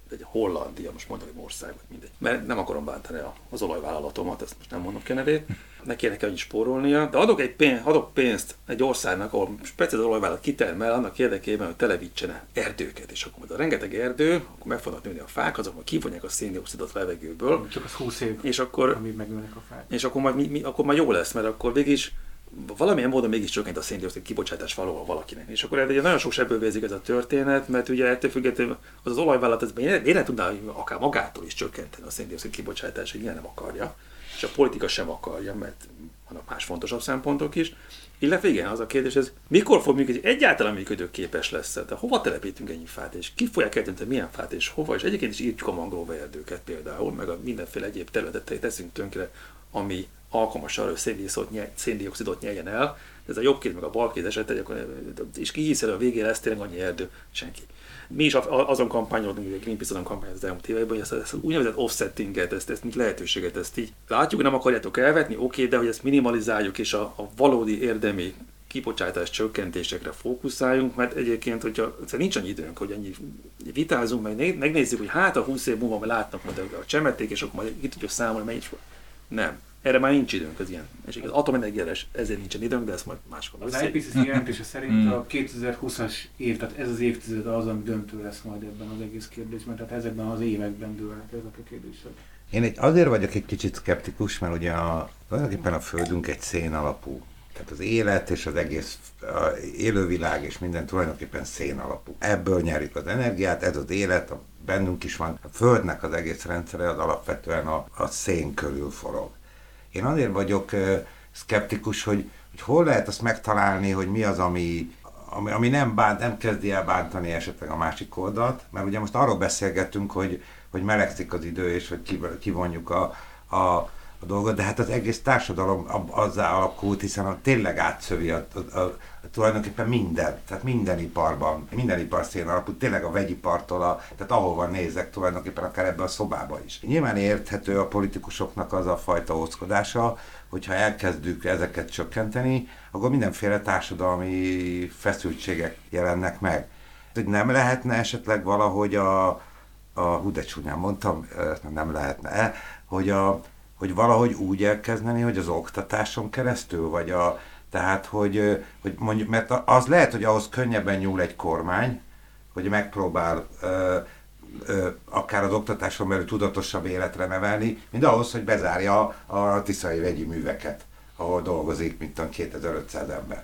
egy Hollandia, most mondom, hogy ország, vagy mindegy. Mert nem akarom bántani az olajvállalatomat, ezt most nem mondom Kennedy-t, neki neki annyi spórolnia, de adok, egy pénz, adok pénzt egy országnak, ahol speciális az olajvállalat kitermel annak érdekében, hogy televítsenek erdőket, és akkor majd a rengeteg erdő, akkor meg fognak nőni a fák, azok majd kivonják a széndioxidot a levegőből. Csak az húsz év, és akkor, amíg megnőnek a fák. És akkor majd, mi, mi, akkor majd jó lesz, mert akkor végig valamilyen módon mégis csökkent a széndioxid kibocsátás valahol valakinek. És akkor egy nagyon sok sebből vérzik ez a történet, mert ugye ettől függetlenül az, az olajvállalat ez miért tudná akár magától is csökkenteni a széndioxid kibocsátás, hogy ilyen nem akarja. És a politika sem akarja, mert vannak más fontosabb szempontok is. Illetve igen, az a kérdés, ez mikor fog működni, egyáltalán működőképes lesz, de hova telepítünk ennyi fát, és ki fogják eltönteni, milyen fát és hova, és egyébként is írtjuk a mangrove erdőket például, meg a mindenféle egyéb területet teszünk tönkre, ami alkalmas arra, hogy széndioxidot nyeljen el. Ez a jobb kéz meg a bal kéz eset, és ki hisz el a végén lesz tényleg annyi erdő? Senki. Mi is azon kampányolunk, a Greenpeace azon kampányolt az elmúlt években, hogy ezt, ezt úgynevezett offsettinget, ezt, ezt mint lehetőséget, ezt így látjuk, nem akarjátok elvetni, oké, okay, de hogy ezt minimalizáljuk, és a, a valódi érdemi kibocsátás csökkentésekre fókuszáljunk, mert egyébként, hogyha nincs annyi időnk, hogy annyi vitázunk, meg megnézzük, hogy hát a húsz év múlva majd látnak majd a csemették, és akkor majd ki tudjuk számolni, mennyit fog. Nem. Erre már nincs időnk az ilyen. És az atomenergiára ezért nincsen időnk, de ezt majd máskor Az i pé cé cé jelentése szerint a kétezer-húszas év, tehát ez az évtized az, ami döntő lesz majd ebben az egész kérdésben, tehát ezekben az években dőlnek ezek a kérdések. Én egy, azért vagyok egy kicsit szkeptikus, mert ugye a, tulajdonképpen a Földünk egy szén alapú. Tehát az élet és az egész a élővilág és minden tulajdonképpen szén alapú. Ebből nyerjük az energiát, ez az élet, a, bennünk is van. A Földnek az egész rendszere az alapvetően a, a szén körül forog. Én azért vagyok uh, szkeptikus, hogy, hogy hol lehet azt megtalálni, hogy mi az, ami, ami, ami nem, bánt, nem kezdi el bántani esetleg a másik oldalt, mert ugye most arról beszélgettünk, hogy, hogy melegszik az idő, és hogy kivonjuk a, a, a dolgot, de hát az egész társadalom azzá alakult, hiszen a, tényleg átszövi a, a, a, a, tulajdonképpen minden, tehát minden iparban, minden ipar szén alapú, tényleg a vegyipartól, a, tehát ahova nézek, tulajdonképpen akár ebben a szobába is. Nyilván érthető a politikusoknak az a fajta óckodása, hogyha elkezdjük ezeket csökkenteni, akkor mindenféle társadalmi feszültségek jelennek meg. Hogy nem lehetne esetleg valahogy a, a hú de csúnyán mondtam, nem lehetne, hogy, a, hogy valahogy úgy elkezdeni, hogy az oktatáson keresztül, vagy a Tehát, hogy, hogy mondjuk, mert az lehet, hogy ahhoz könnyebben nyúl egy kormány, hogy megpróbál ö, ö, akár az oktatáson belül tudatosabb életre nevelni, mint ahhoz, hogy bezárja a, a tiszai vegyi műveket, ahol dolgozik, mint a kétezer-ötszáz ember.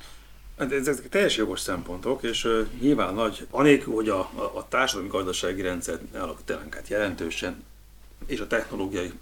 Ezek teljes jogos szempontok, és uh, nyilván nagy, anélkül, hogy a, a, a társadalmi-gazdasági rendszert elalakítanánk át jelentősen, és a technológiai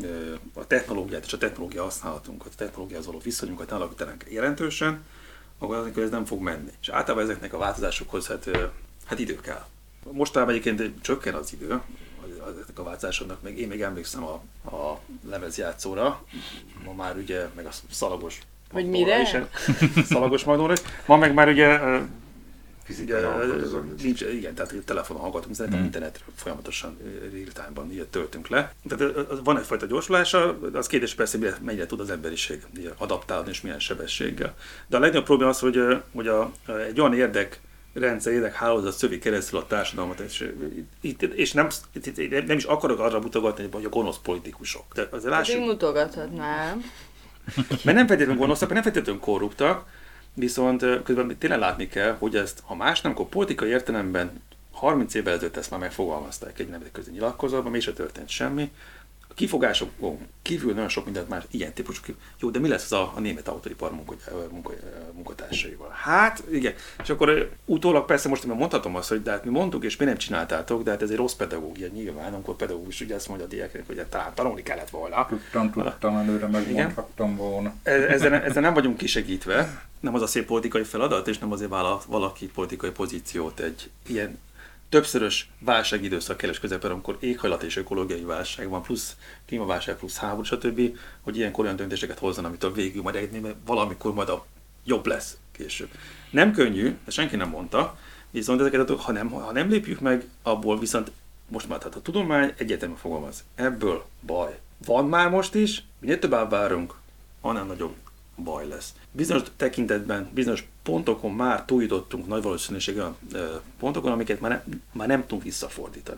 a technológiát és a technológia használatunkat, a technológiához való viszonyunkat alakítanánk jelentősen, akkor azért ez nem fog menni. És általában ezeknek a változásokhoz hát, hát idő kell. Mostában egyébként csökken az idő ezeknek a változásoknak, még én még emlékszem a, a lemezjátszóra, ma már ugye, meg a szalagos Hogy mire? Is, szalagos magnóra. Ma meg már ugye Fizikai nincs, igen, tehát a telefonon hallgatunk, szerintem mm. internetről folyamatosan real-time-ban ilyet töltünk le. Tehát van egyfajta gyorsulása, az kérdés persze, hogy mennyire tud az emberiség adaptálni és milyen sebességgel. De a legnagyobb probléma az, hogy, hogy a, egy olyan érdekrendszer, érdekhálózat szövi keresztül a társadalmat, és, és nem, nem is akarok arra mutogatni, hogy a gonosz politikusok. De azért lássuk. Én mutogathatnám. Mert nem feltétlenül gonoszak, mert nem feltétlenül korruptak, viszont közben tényleg látni kell, hogy ezt, ha más nem, akkor politikai értelemben harminc évvel ezelőtt ezt már megfogalmazták egy nemzetközi nyilatkozatban, mégse történt semmi. A kifogásokon kívül nagyon sok mindent már ilyen típusú kívül. Jó, de mi lesz az a, a német autóipar munka, munka, munkatársaival? Hát, igen. És akkor utólag persze most én mondhatom azt, hogy de hát mi mondtuk, és mi nem csináltátok, de hát ez egy rossz pedagógia nyilván, amikor pedagógus ugye azt mondja a diáknak, hogy talán tanulni kellett volna. Tudtam, tudtam, előre megmondhattam volna. Ezzel, ezzel nem vagyunk kisegítve. Nem az a szép politikai feladat, és nem azért vállal valaki politikai pozíciót egy ilyen többszörös válságidőszak keres közepén, amikor éghajlat és ökológiai válság van, plusz klímaválság, plusz háború, stb., hogy ilyenkor olyan döntéseket hozzon, amitől végül majd eljutni, mert valamikor majd a jobb lesz később. Nem könnyű, ezt senki nem mondta, viszont ezeket, ha nem, ha nem lépjük meg, abból viszont most már tehát a tudomány egyetemben fogalmaz. Ebből baj. Van már most is, minél többet várunk, annál nagyobb baj lesz. Bizonyos tekintetben, bizonyos pontokon már túljutottunk nagy valószínűséggel pontokon, amiket már, ne, már nem tudunk visszafordítani.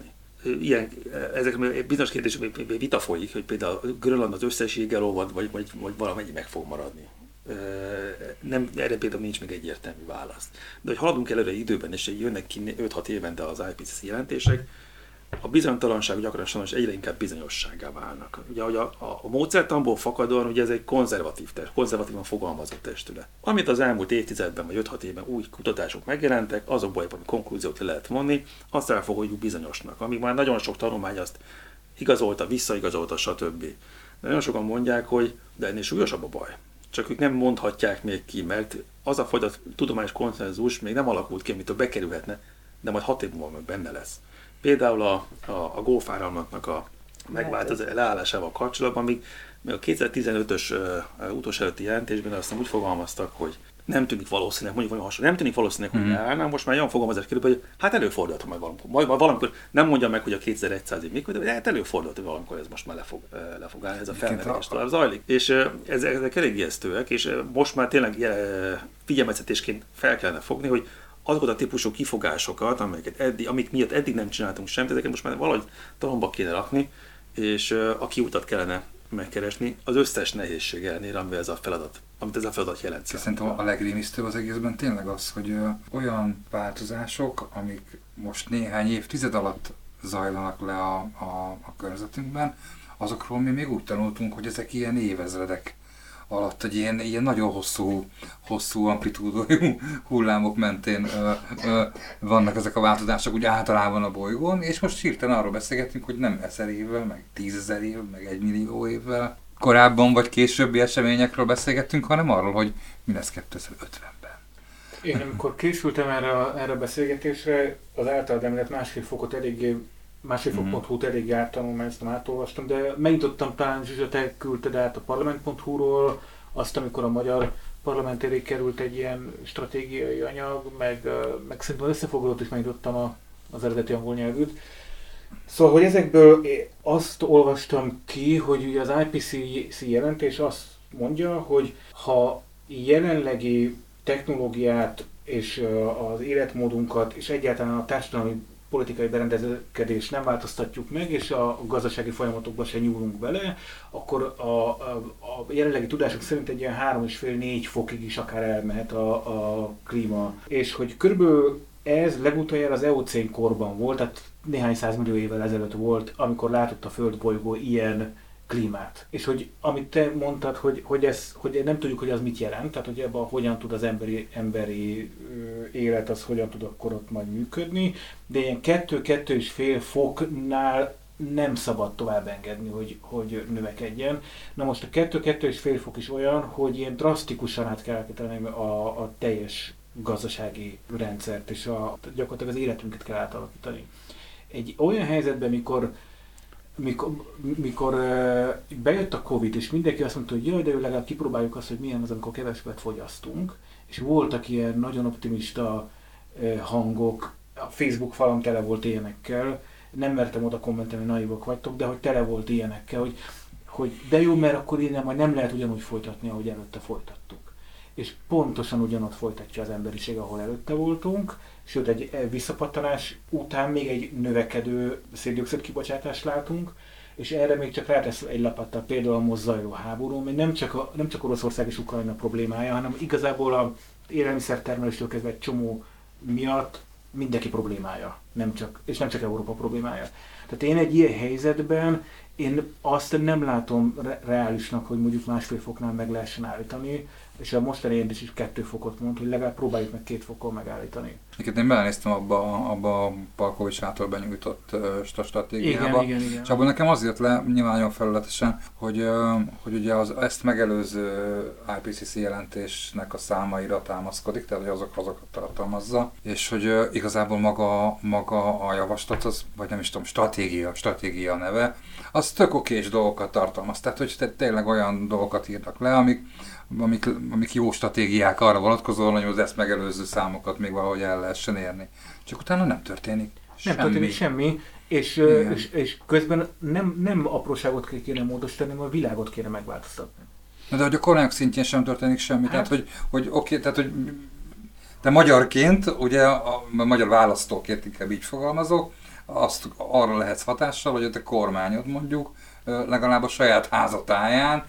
ilyen, ezek bizonyos kérdések vita folyik, hogy például Grönland az összességgel olvad, vagy, vagy, vagy valamennyi meg fog maradni. Nem, erre például nincs még egyértelmű válasz. De hogy haladunk előre időben, és jönnek ki öt-hat évente az I P C C jelentések, a bizonytalanság gyakran egyre inkább bizonyosságá válnak. Ugye, hogy a, a, a módszertanból fakadóan, ugye ez egy konzervatív test, konzervatívan fogalmazott testület. Amit az elmúlt évtizedben vagy öt-hat évben új kutatások megjelentek, azokból egy konklúziót le lehet vonni, azt elfogadjuk bizonyosnak. Amíg már nagyon sok tanulmány azt igazolta, visszaigazolta, stb. De nagyon sokan mondják, hogy de ennél súlyosabb a baj. Csak ők nem mondhatják még ki, mert az a fajta tudományos konszenzus még nem alakult ki, amitől bekerülhetne, de majd hat év múlva meg benne lesz. Például a, a, a golfáramlatnak a megváltozás leállásával kapcsolatban, még, még a kétezer-tizenötös uh, utolsó előtti jelentésben azt úgy fogalmaztak, hogy nem tűnik valószínűleg, mondjuk valami hasonló, nem tűnik valószínűleg, hogy leállnám, most már olyan fogalmazás kerül, hogy hát előfordulhat majd valamikor. Majd, majd valamikor, nem mondja meg, hogy a kétezer-százig mikor, de hát előfordulhat, hogy valamikor ez most már le fog, le fog állni, ez a felmérés tovább zajlik. És uh, ezek, ezek elég ijesztőek, és uh, most már tényleg uh, figyelmeztetésként fel kellene fogni, hogy azokat a típusú kifogásokat, amelyeket eddig, amik miatt eddig nem csináltunk semmit, ezeket most már valahogy talomba kéne rakni, és uh, a kiutat kellene megkeresni az összes nehézség ellenére, amivel ez a feladat, amit ez a feladat jelent. Szerintem a legrémisztőbb az egészben tényleg az, hogy uh, olyan változások, amik most néhány évtized alatt zajlanak le a, a, a környezetünkben, azokról mi még úgy tanultunk, hogy ezek ilyen évezredek alatt, hogy ilyen, ilyen nagyon hosszú, hosszú amplitúdójú hullámok mentén ö, ö, vannak ezek a változások úgy általában a bolygón, és most hirtelen arról beszélgetünk, hogy nem ezer évvel, meg tízezer év, meg egymillió évvel korábban vagy későbbi eseményekről beszélgettünk, hanem arról, hogy mi lesz kétezer-ötvenben. Én amikor készültem erre a, erre a beszélgetésre, az általad említett másfél fokot eléggé másfél fok pont hu-t elég áttanulmányoztam, átolvastam, de megnyitottam talán, Zsuzsa, te küldted át a parlament pont hu-ról, azt, amikor a magyar parlament elé került egy ilyen stratégiai anyag, meg, meg szerintem összefoglalót is megnyitottam a, az eredeti angol nyelvűt. Szóval, hogy ezekből azt olvastam ki, hogy ugye az I P C C jelentés azt mondja, hogy ha jelenlegi technológiát és az életmódunkat és egyáltalán a társadalmi politikai berendezkedést nem változtatjuk meg, és a gazdasági folyamatokba se nyúlunk bele, akkor a, a, a jelenlegi tudások szerint egy ilyen három és fél négy fokig is akár elmehet a, a klíma. És hogy körülbelül ez legutoljára az eocén korban volt, tehát néhány százmillió évvel ezelőtt volt, amikor látott a földbolygó ilyen klímát. És hogy amit te mondtad, hogy, hogy, ez, hogy nem tudjuk, hogy az mit jelent, tehát hogy ebben hogyan tud az emberi, emberi élet, az hogyan tud akkor ott majd működni, de ilyen kettő-kettő és fél foknál nem szabad tovább engedni, hogy, hogy növekedjen. Na most a kettő-kettő és fél fok is olyan, hogy ilyen drasztikusan át kell alakítani a, a teljes gazdasági rendszert, és a, gyakorlatilag az életünket kell átalakítani. Egy olyan helyzetben, mikor Mikor, mikor uh, bejött a Covid, és mindenki azt mondta, hogy jaj, de ő legalább kipróbáljuk azt, hogy milyen az, amikor kevesebbet fogyasztunk, és voltak ilyen nagyon optimista uh, hangok, a Facebook falam tele volt ilyenekkel, nem mertem oda kommentelni, hogy naivak vagytok, de hogy tele volt ilyenekkel, hogy, hogy de jó, mert akkor innen majd nem lehet ugyanúgy folytatni, ahogy előtte folytattuk. És pontosan ugyanott folytatja az emberiség, ahol előtte voltunk, sőt egy visszapattanás után még egy növekedő szén-dioxid kibocsátást látunk, és erre még csak rátesz egy lapáttal például a most zajló háború, ami nem csak, a, nem csak Oroszország és Ukrajna problémája, hanem igazából az élelmiszertermeléstől kezdve egy csomó miatt mindenki problémája, nem csak, és nem csak Európa problémája. Tehát én egy ilyen helyzetben én azt nem látom re- reálisnak, hogy mondjuk másfél foknál meg lehessen állítani, és a mostani jelentés is kettő fokot mond, hogy legalább próbáljuk meg két fokon megállítani. Én belenéztem abba, abba a Palkovics által benyújtott uh, stratégiába, igen, igen, igen. és abban nekem az jött le nyilván nagyon felületesen, hogy, uh, hogy ugye az ezt megelőző I P C C jelentésnek a számaira támaszkodik, tehát hogy azok azokat tartalmazza, és hogy uh, igazából maga, maga a javaslat, az, vagy nem is tudom, stratégia, stratégia neve, az tök okés dolgokat tartalmaz, tehát hogy tényleg olyan dolgokat írtak le, amik Amik, amik jó stratégiák arra vonatkozóan, hogy az ezt megelőző számokat még valahogy el lehessen érni. Csak utána nem történik semmi. Nem történik semmi, és, és, és közben nem, nem apróságot kéne módosítani, hanem a világot kéne megváltoztatni. De hogy a kormányok szintjén sem történik semmi, hát. tehát hogy, hogy oké, tehát hogy te magyarként, ugye a, a magyar választóként inkább így fogalmazok, azt arra lehetsz hatással, hogy a te kormányod mondjuk legalább a saját házatáján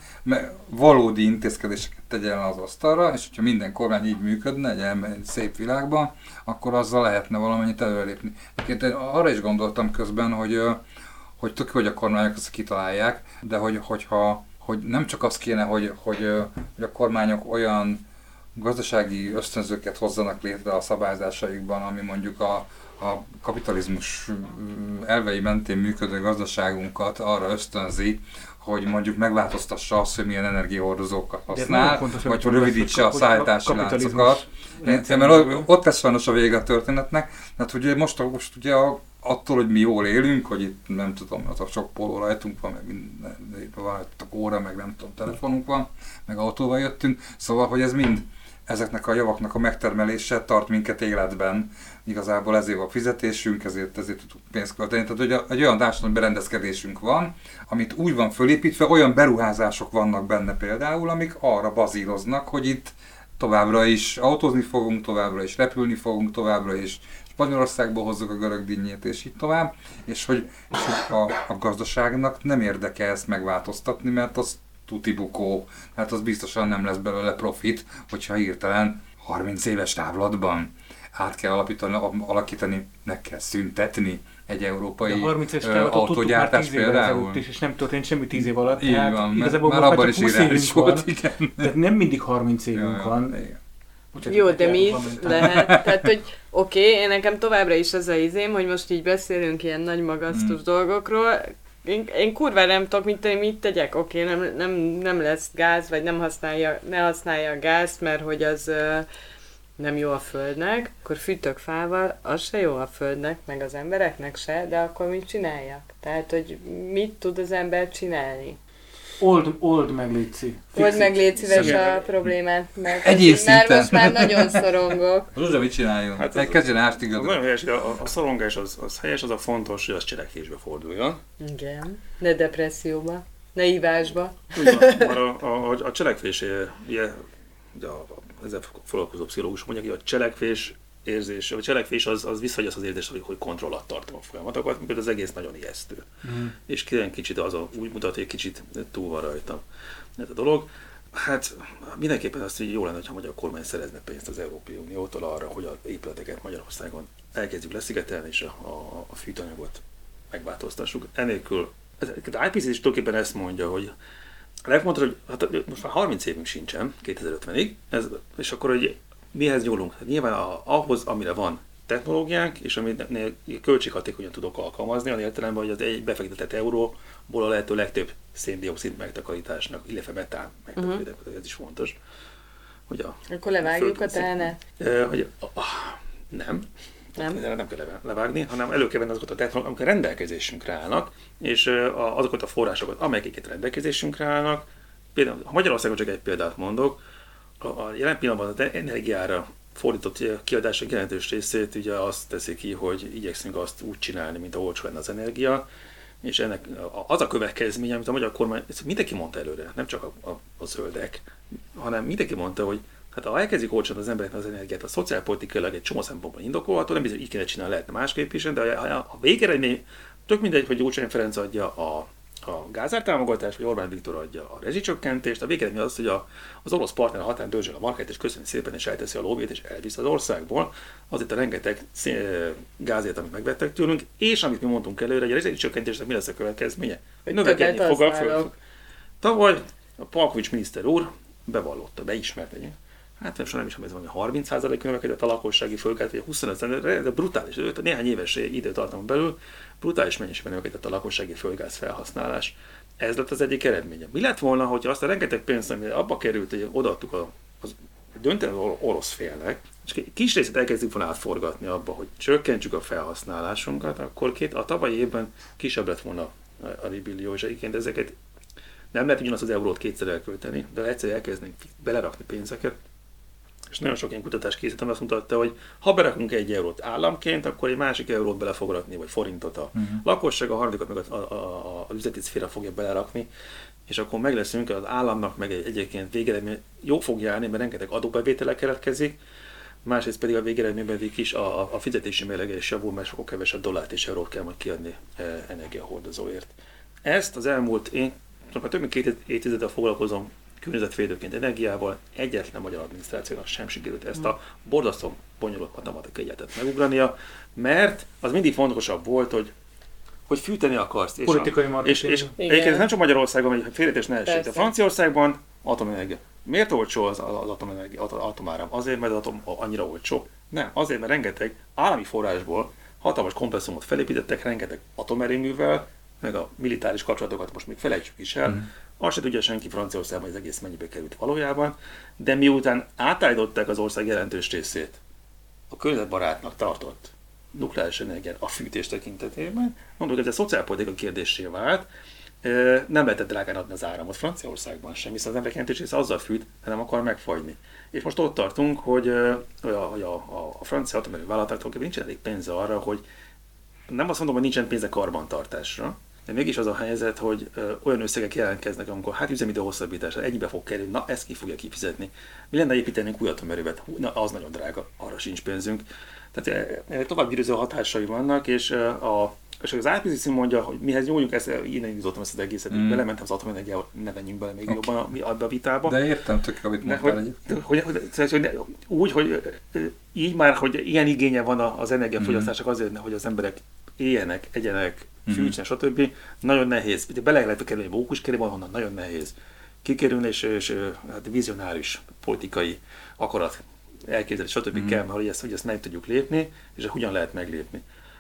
valódi intézkedéseket tegyen az asztalra, és hogyha minden kormány így működne egy szép világban, akkor azzal lehetne valamennyit előrelépni. Egyébként arra is gondoltam közben, hogy, hogy tök, hogy a kormányok ezt kitalálják, de hogy, hogyha, hogy nem csak az kéne, hogy, hogy, hogy a kormányok olyan gazdasági ösztönzőket hozzanak létre a szabályzásaikban, ami mondjuk a, a kapitalizmus elvei mentén működő gazdaságunkat arra ösztönzi, hogy mondjuk megváltoztassa azt, hogy milyen energiahordozókat használ, vagy hogy rövidítse a szállítási láncokat. Mert ott lesz sajnos a vége a történetnek. Tehát ugye most, most ugye a, attól, hogy mi jól élünk, hogy itt nem tudom, az a sok póló rajtunk van, meg minden, van a óra, meg nem tudom, telefonunk van, meg autóval jöttünk, szóval, hogy ez mind ezeknek a javaknak a megtermelése tart minket életben. Igazából ezért a fizetésünk, ezért, ezért tudunk pénzt költeni. Tehát hogy egy olyan társadalmi berendezkedésünk van, amit úgy van fölépítve, olyan beruházások vannak benne például, amik arra bazíroznak, hogy itt továbbra is autózni fogunk, továbbra is repülni fogunk, továbbra is Spanyolországból hozzuk a görög dinnyét, és így tovább. És hogy, és hogy a, a gazdaságnak nem érdeke ezt megváltoztatni, mert az tuti bukó, hát az biztosan nem lesz belőle profit, hogyha hirtelen harminc éves távlatban át kell alapítani, alakítani, meg kell szüntetni egy európai autógyártás például. Is, és nem történt semmi tíz év alatt. Így tehát van, igazából már abban is irányos volt, igen. Tehát nem mindig harminc évünk ja, van. Igen. Bocsánat, jó, de mi lehet? Tehát, hogy oké, okay, én nekem továbbra is az a izém, hogy most így beszélünk ilyen nagy magasztos hmm. dolgokról. Én, én kurva nem tudok, mit, mit tegyek. Oké, okay, nem, nem, nem lesz gáz, vagy nem használja, ne használja a gázt, mert hogy az uh, nem jó a földnek. Akkor fűtök fával, az se jó a földnek, meg az embereknek se, de akkor mit csináljak? Tehát, hogy mit tud az ember csinálni? Old, old meg Léci. Old meg Léci szíves a problémát, mert Egyéb már most már nagyon szorongok. Zsuzsa, mit csináljunk? Hát ez, kezdjen ástigadni. Nagyon helyes, a, a szorongás az, az helyes, az a fontos, hogy az cselekvésbe forduljon. Igen. Ne depresszióba, ne ívásba. Úgy van, a, a, a cselekvés, ugye, a, a, ezzel foglalkozó pszichológus mondja, hogy a cselekvés érzés, a cselekvés az, az visszahagy azt az érzést, hogy, hogy kontroll alatt tartom a folyamatokat, mert az egész nagyon ijesztő. Mm. És kérem kicsit az a, úgy mutat, hogy kicsit túl van rajtam ez a dolog. Hát mindenképpen azt, hogy jó lenne, ha a magyar kormány szerezne pénzt az Európai Uniótól arra, hogy az épületeket Magyarországon elkezdjük leszigetelni, és a, a, a fűtanyagot megváltoztassuk. Enélkül, az i pé cé is tulajdonképpen ezt mondja, hogy a legfontosabb, hogy hát most már harminc évünk sincsen, kétezer-ötvenig, ez, és akkor, hogy mihez nyúlunk? Hát nyilván a, ahhoz, amire van technológiánk, és amit költséghatékonyan tudok alkalmazni, olyan értelemben, hogy az egy befektetett euróból a lehető legtöbb széndioxid megtakarításnak, illetve metán megtakarításnak, uh-huh. ez is fontos. Hogy a, Akkor levágjuk a, a tehenet? Uh, hogy, uh, nem. Nem? nem kell levágni, hanem elő kell venni azokat a technológiákat, amik rendelkezésünkre állnak, és uh, azokat a forrásokat, amelyeket rendelkezésünkre állnak. Például, ha Magyarországon csak egy példát mondok, a jelen pillanatban az energiára fordított kiadások jelentős részét ugye azt teszi ki, hogy igyekszünk azt úgy csinálni, mint a olcsó lenne az energia, és ennek az a következménye, amit a magyar kormány, ezt mindenki mondta előre, nem csak a, a, a zöldek, hanem mindenki mondta, hogy hát ha elkezdik olcsón az embereknek az energiát, a szociálpolitikailag egy csomó szempontból indokolható, nem bizony, így kéne csinálni, lehetne másképp is, de a, a végeredmény tök mindegy, hogy Gyurcsány Ferenc adja a a gázártámogatást, vagy Orbán Viktor adja a rezsicsökkentést, a végeredmény az, hogy a, az orosz partner a határon dörzsöl a markát, és köszönni szépen, és elteszi a lóvét, és elvisz az országból. Azért a rengeteg gázért, amit megvettek tőlünk, és amit mi mondtunk előre, hogy a rezsicsökkentésnek mi lesz a következménye? Hogy növekedni fog a föld. Tavaly a Palkovics miniszter úr bevallotta, beismerte, hát nem, nem is tudom, ez valami harminc százalékig növekedett a lakossági földgáz, vagy huszonöt százalékig, de brutális, néhány éves időtartamon belül brutális mennyiségben növekedett a lakossági földgáz felhasználás. Ez lett az egyik eredménye. Mi lett volna, hogyha azt a rengeteg pénzt, ami abba került, hogy odaadtuk a, az döntően orosz félnek, és kis részét elkezdjük volna átforgatni abba, hogy csökkentsük a felhasználásunkat, akkor két, a tavalyi évben kisebb lett volna a ribillió, és egyébként ezeket nem lehet ugyanazt az eurót kétszer elkölteni, de egyszer elkezdnénk belerakni pénzeket. És nagyon sok ilyen kutatás készítem, azt mutatta, hogy ha berakunk egy eurót államként, akkor egy másik eurót bele fog rakni, vagy forintot a uh-huh. lakosság, a harmadikat meg a, a, a, a üzleti szféra fogja belerakni, és akkor meg leszünk az államnak, meg egy, egyébként végeredmény jó fog járni, mert rengeteg adóbevétele keletkezik, másrészt pedig a végeredményben is a, a fizetési mérlege is javul, mert sokkal kevesebb dollárt és eurót kell majd kiadni e, energiahordozóért. Ezt az elmúlt, én több mint két évtizeddel foglalkozom környezetvédőként energiával, egyetlen magyar adminisztrációnak sem sikerült ezt a borzasztó bonyolult matematikai egyetet megugrania, mert az mindig fontosabb volt, hogy hogy fűteni akarsz. És politikai a, és, és egyébként nem csak Magyarországon, hogy félretés ne essék, de Franciaországban atomenergia. Miért olcsó az, az atomenergia, atomáram? Azért, mert az atom annyira olcsó? Nem, azért, mert rengeteg állami forrásból hatalmas kompresszumot felépítettek, rengeteg atomerőművel, meg a militáris kapcsolatokat most még felejtsük is el. Mm. Azt se tudja senki Franciaországban, hogy az egész mennyibe került valójában, de miután átállították az ország jelentős részét a környezetbarátnak tartott nukleáris energiát a fűtés tekintetében, mondjuk, hogy ez a szociálpolitikai kérdéssé vált, nem lehetett drágán adni az áramot Franciaországban sem, hiszen az emberek jelentős része azzal fűt, de nem akar megfagyni. És most ott tartunk, hogy a, a, a, a francia atomerőmű vállalatok nincs elég pénze arra, hogy nem azt mondom, hogy nincsen pénze karbantartásra, de mégis az a helyzet, hogy olyan összegek jelentkeznek, amikor hát üzemidő hosszabbításra ennyibe fog kerülni, na ezt ki fogja kifizetni. Mi lenne építenünk új atomerővet? Na az nagyon drága, arra sincs pénzünk. Tehát tovább gyűrűző hatásai vannak, és, a, és az i pé cé cé mondja, hogy mihez nyúljunk, ezt, innen indítottam ezt az egészet, mm. belementem az atomenergiával, ne menjünk bele még okay. jobban a, a vitába. De értem tök, amit mondtál egyébként. Hogy, hogy, hogy, hogy, úgy, hogy így már, hogy ilyen igénye van az energiafogyasztásnak azért, hogy az emberek éljenek, egyenek, fűtsenek, mm. stb. Nagyon nehéz. Ugye bele lehet kerülni mókuskerébe, ahonnan nagyon nehéz kikerülni, és, és hát vizionáris politikai akarat elképzelni, stb. Mm. kell, hogy ezt, hogy ezt meg tudjuk lépni, és hogyan lehet meglépni.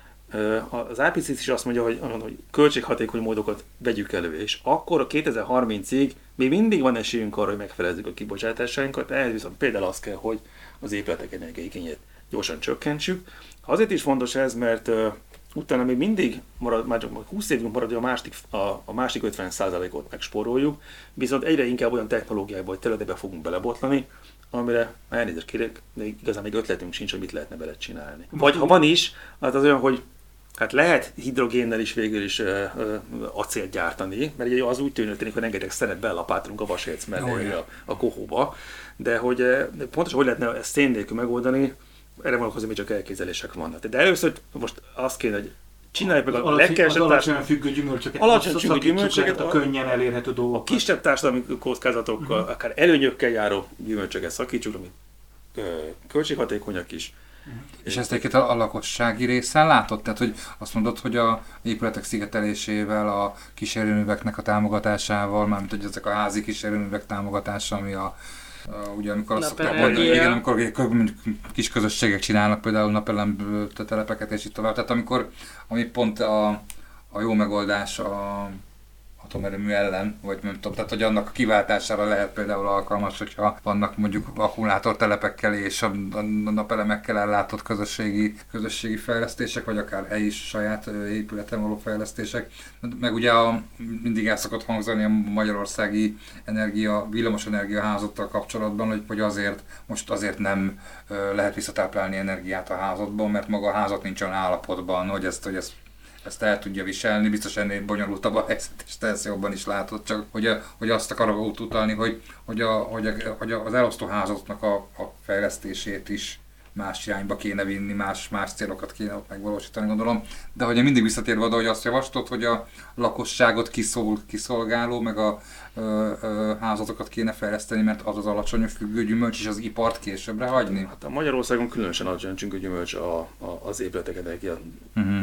Az i pé cé is azt mondja, hogy, hogy költséghatékony módokat vegyük elő, és akkor a kétezer-harmincig még mindig van esélyünk arra, hogy megfelezzük a kibocsátásainkat, ehhez viszont például az kell, hogy az épületek energiaigényét gyorsan csökkentsük. Azért is fontos ez, mert uh, utána még mindig marad, már csak húsz évünk marad, hogy a másik, a, a másik ötven százalékot megspóroljuk, viszont egyre inkább olyan technológiába, vagy területekbe fogunk belebotlani, amire elnézést kérek, de igazán még ötletünk sincs, hogy mit lehetne bele csinálni. Vagy ha van is, hát az olyan, hogy hát lehet hidrogénnel is végül is uh, uh, acélt gyártani, mert ugye az úgy tűnik, hogy rengeteg szenet bellapátunk a vasérc mellé a, a kohóba, de hogy uh, pontosan hogy lehetne ezt szén nélkül megoldani, erre vonatkozó még csak elképzelések vannak. De először most azt kéne, hogy csináljuk meg a legkevesebb az alacsonyan függő gyümölcsöket, alacsony függő gyümölcsöket, a könnyen elérhető dolgokat. A kisebb társadalmi kockázatokkal, uh-huh. akár előnyökkel járó gyümölcsöket szakítsuk, amik költséghatékonyak is. Uh-huh. És ezt egyébként a, a lakossági részen látod? Tehát, hogy azt mondod, hogy a épületek szigetelésével, a kísérőműveknek a támogatásával, mármint hogy ezek a házi kísérőművek támogatása, ami a Uh, ugye amikor azt szokták mondani, igen, amikor mondjuk kis közösségek csinálnak például napelem telepeket és itt tovább, tehát amikor, ami pont a, a jó megoldás a atomerőmű ellen, vagy nem tudom, tehát hogy annak a kiváltására lehet például alkalmas, hogyha vannak mondjuk akkumulátortelepekkel és a, a napelemekkel ellátott közösségi, közösségi fejlesztések, vagy akár helyi saját épületen való fejlesztések. Meg ugye a, mindig el szokott hangzani a magyarországi energia, villamosenergia házattal kapcsolatban, hogy, hogy azért, most azért nem lehet visszatáplálni energiát a házatban, mert maga a házat nincs olyan állapotban, hogy ezt, hogy ezt ezt el tudja viselni, biztos ennél bonyolultabb a helyzet, és te ezt jobban is látod, csak hogy, a, hogy azt akarok utalni, hogy, hogy, a, hogy, a, hogy az elosztó házatnak a, a fejlesztését is más irányba kéne vinni, más, más célokat kéne ott megvalósítani, gondolom. De hogy mindig visszatérve oda, hogy azt javaslod, hogy a lakosságot kiszol, kiszolgáló, meg a ö, ö, házatokat kéne fejleszteni, mert az az alacsony függő gyümölcs, és az ipart későbbre hagyni. Hát a Magyarországon különösen alacsony függő gyümölcs a, a, az épületek energia uh-huh.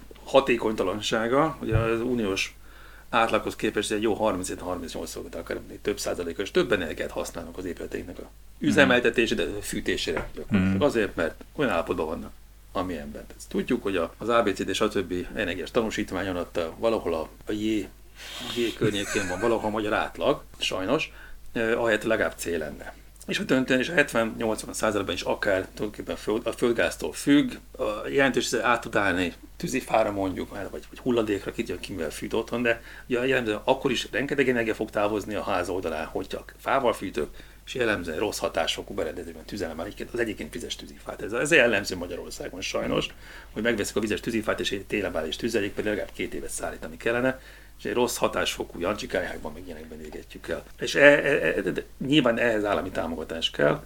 hatékonytalansága. Ugye az uniós átlaghoz képest egy jó harmincöt-harmincnyolc szor, akár több százalékos, több energiát használnak az épületeinknek a üzemeltetésére, de fűtésére. Mm. Azért, mert olyan állapotban vannak, amilyenben. Ezt tudjuk, hogy az á bé cé dé és a többi energiás tanúsítványon ott valahol a, a J, J környékén van valahol a magyar átlag, sajnos, ahelyett legalább C lenne. És a döntően is a hetven-nyolcvan százalékban is akár tulajdonképpen a földgáztól függ, a jelentős át tud állni tűzifára mondjuk, vagy, vagy hulladékra, ki ki mivel fűt otthon, de jellemzően akkor is rengeteg energia fog távozni a ház oldalán, hogyha fával fűtök, és jellemzően rossz hatásfokú berendezésben tüzelem már az egyébként vizes tűzifát. Ez, ez jellemző Magyarországon sajnos, hogy megveszik a vizes tűzifát, és egy télen vár és tüzeljék, pedig legalább két évet szállítani kellene, és egy rossz hatásfokú jancsikajákban meg ilyenekben égetjük el. És e, e, e, nyilván ehhez állami támogatás kell,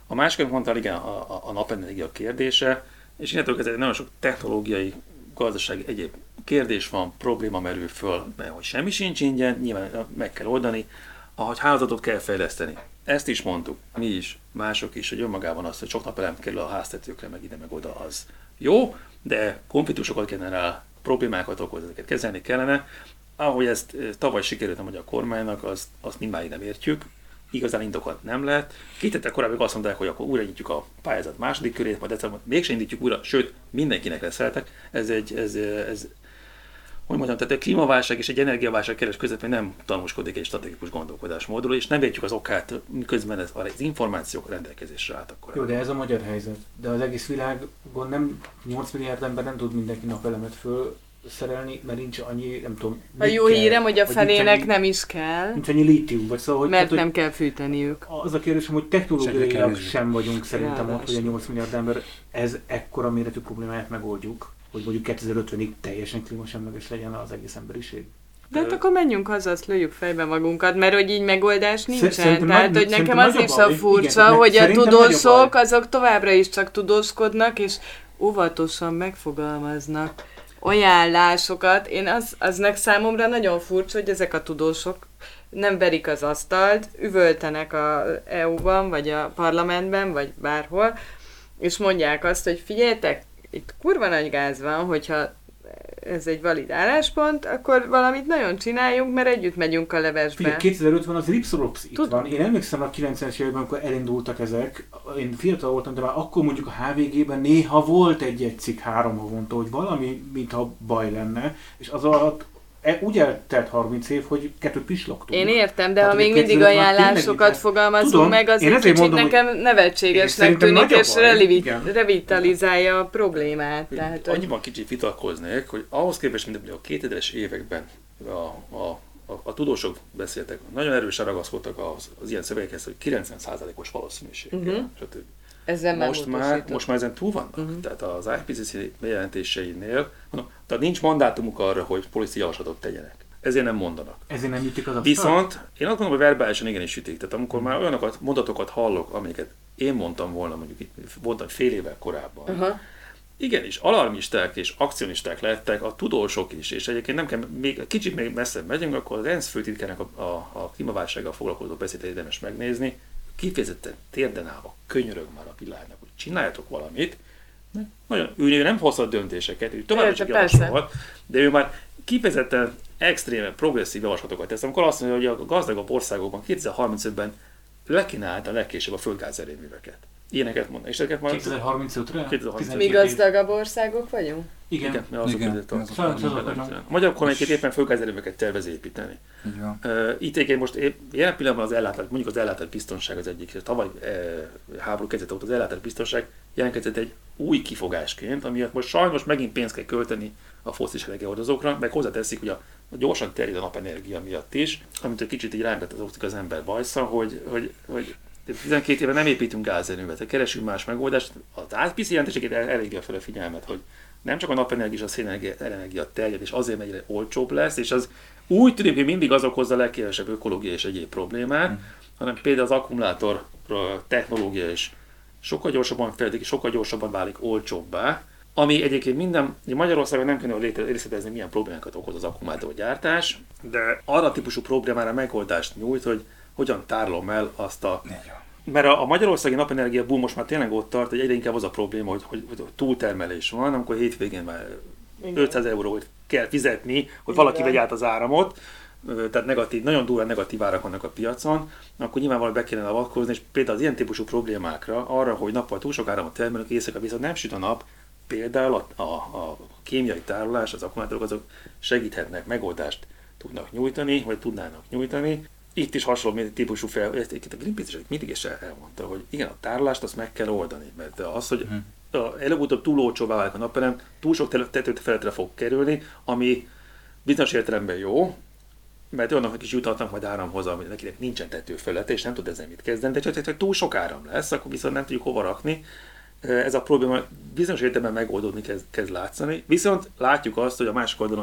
A másik, amit mondtál, igen, a, a, a napenergia kérdése, és innentől kezdve nagyon sok technológiai, gazdasági egyéb kérdés van, probléma merül föl, mert hogy semmi sincs ingyen, nyilván meg kell oldani, ahogy hálózatot kell fejleszteni. Ezt is mondtuk, mi is, mások is, hogy önmagában az, hogy sok napelem kerül a háztetőkre, meg ide, meg oda, az jó, de konfliktusokat generál, problémákat okoz, ezeket kezelni kellene. Ahogy ezt tavaly sikerült a magyar kormánynak, azt, azt mindmáig nem értjük, igazán indokat nem lehet. Két héttel korábban azt mondták, hogy akkor újra nyitjuk a pályázat második körét, majd egyszerűen mégsem indítjuk újra, sőt, mindenkinek leszeltek. Ez egy, ez, ez, hogy mondjam, tehát egy klímaválság és egy energiaválság keres közepén nem tanúskodik egy stratégikus gondolkodásmódról, és nem értjük az okát, miközben ez, az információk rendelkezésre álltak korábban. Jó, de ez a magyar helyzet. De az egész világon nem nyolc milliárd ember nem tud mindenki napelemet föl szerelni, mert nincs annyi, nem tudom... A jó kell, hírem, hogy a felének annyi, nem is kell. Nincs annyi lítium, vagy szóval, hogy... Mert tehát, nem kell fűteniük. Az a kérdésem, hogy technológiailag Segít sem vagyunk szerintem Ráadásul. ott, hogy a nyolc milliárd ember ez ekkora méretű problémáját megoldjuk, hogy mondjuk kétezer-ötvenig teljesen klímasemleges legyen az egész emberiség. De hát akkor menjünk haza, azt lőjük fejbe magunkat, mert hogy így megoldás nincsen. Szerintem Tehát, nagy- hogy nekem szerintem az nagy is a baj. a furcsa, Igen, hogy a szerintem nagy a tudósok baj. azok továbbra is csak tudóskodnak, és óvatosan megfogalmaznak ajánlásokat. Én az, aznak számomra nagyon furcsa, hogy ezek a tudósok nem verik az asztalt, üvöltenek a é u-ban, vagy a parlamentben, vagy bárhol, és mondják azt, hogy figyeljetek, itt kurva nagy gáz van, hogyha ez egy valid álláspont, akkor valamit nagyon csináljunk, mert együtt megyünk a levesbe. Figyelj, kétezer-ötven az Ripsorops itt Tud- van. Én emlékszem a kilencvenes években, amikor elindultak ezek. Én fiatal voltam, de már akkor mondjuk a há vé gében néha volt egy-egy cikk három havonta, hogy valami, mintha baj lenne, és az alatt e, úgy eltelt harminc év, hogy kettőt pislogtunk. Én értem, de Hát, ha hogy még mindig kétezer-ötven ajánlásokat tényleg- fogalmazunk Tudom, meg, az én egy ezért kicsit mondom, nekem én nevetségesnek szerintem tűnik, nagy a és baj. relevi- Igen. revitalizálja a problémát. Tehát, hogy Annyiban kicsit vitatkoznék, hogy ahhoz képest, mint a kétezres években a, a, a, a tudósok beszéltek, nagyon erősen ragaszkodtak az, az ilyen szövegekhez, hogy kilencven százalékos valószínűség. Uh-huh. Stb. ezzel már Most már, módosított. most már ezen túl vannak. Mhm. Uh-huh. Tehát az i pé cé cé bejelentéseinél, mondom, tehát nincs mandátumuk arra, hogy policy javaslatot tegyenek. Ezért nem mondanak. Ezért nem ütik az asztalt? Viszont én azt gondolom, hogy verbálisan igenis ütik. Tehát amikor már olyanokat, mondatokat hallok, amiket én mondtam volna, mondjuk itt mondtam fél évvel korábban, Aha. igenis, alarmisták és akcionisták lettek a tudósok is, és egyébként nem kell, még kicsit még messzebb megyünk, akkor az ENSZ főtitkának a, a, a klímaválsággal foglalkozó beszédet érdemes megnézni, kifejezetten térden állva könyörög már a világnak, hogy csináljatok valamit, mert nagyon, ő nem hozhat döntéseket, ő tovább is Persze, persze. javasolhat, de ő már kifejezetten extrémen progresszív javaslatokat tesz, amikor azt mondja, hogy a gazdagabb országokban kétezer-harmincötben le kéne állítani legkésőbb a földgáz erőműveket. Ilyeneket mondanak. És ezeket már kétezer-harmincötre? kétezer-harmincöt. Mi gazdagabb országok vagyunk? Igen. igen, mert azok Igen, között a, sajnos azok a, vagyunk. a magyar kormány éppen földgázerőműveket tervez építeni. Így van. Uh, itt egyébként most épp, jelen pillanatban az ellátás, mondjuk az ellátás biztonság az egyik, tavaly uh, háború kezdete óta az ellátás biztonság jelentkezett egy új kifogásként, amiatt most sajnos megint pénzt kell költeni a fosszilis energiahordozókra, meg hozzáteszik, hogy a, a gyorsan terjed a napenergia miatt is, amit egy kicsit így rángatott az ember bajsza, hogy, hogy, hogy tizenkét éve nem építünk gázerőművet, keresünk más megoldást. Az i pé cé jelentéseket elégje fel a figyelmet, hogy nem csak a napenergia és a szénenergia terjed, és azért egyre olcsóbb lesz, és az úgy tűnik, hogy mindig az okozza a legkevesebb ökológiai és egyéb problémát, mm. hanem például az akkumulátor technológia is sokkal gyorsabban fejlődik, sokkal gyorsabban válik olcsóbbá, ami egyébként minden, Magyarországon nem kell részletezni, milyen problémákat okoz az akkumulátorgyártás, de arra a típusú problémára megoldást nyújt, hogy hogyan tárolom el azt a... Mert a, a magyarországi napenergia boom most már tényleg ott tart, hogy egyre inkább az a probléma, hogy, hogy, hogy túltermelés van, amikor hétvégén már ötszáz eurót kell fizetni, hogy valaki Igen. vegye át az áramot, tehát negatív, nagyon durván negatív árak vannak a piacon, akkor nyilvánvalóan be kellene avatkozni, és például az ilyen típusú problémákra, arra, hogy nappal túl sok áramot termelünk, éjszaka viszont nem süt a nap, például a, a, a kémiai tárolás, az akkumulátorok azok segíthetnek, megoldást tudnak nyújtani, vagy tudnának nyújtani. Itt is hasonló típusú fel, ezt a Greenpeace is mindig is elmondta, hogy igen, a tárolást azt meg kell oldani, mert az, hogy előbb-utóbb túl olcsóvá válik a napelem, túl sok tetőfeletre fog kerülni, ami bizonyos értelemben jó, mert olyanoknak is juthatnak majd áramhoz, aminek nincsen tetőfelülete, és nem tud ezzel mit kezdeni, de csak, csak túl sok áram lesz, akkor viszont nem tudjuk hova rakni. Ez a probléma bizonyos értelemben megoldódni kezd, kezd látszani, viszont látjuk azt, hogy a másik oldalon milyen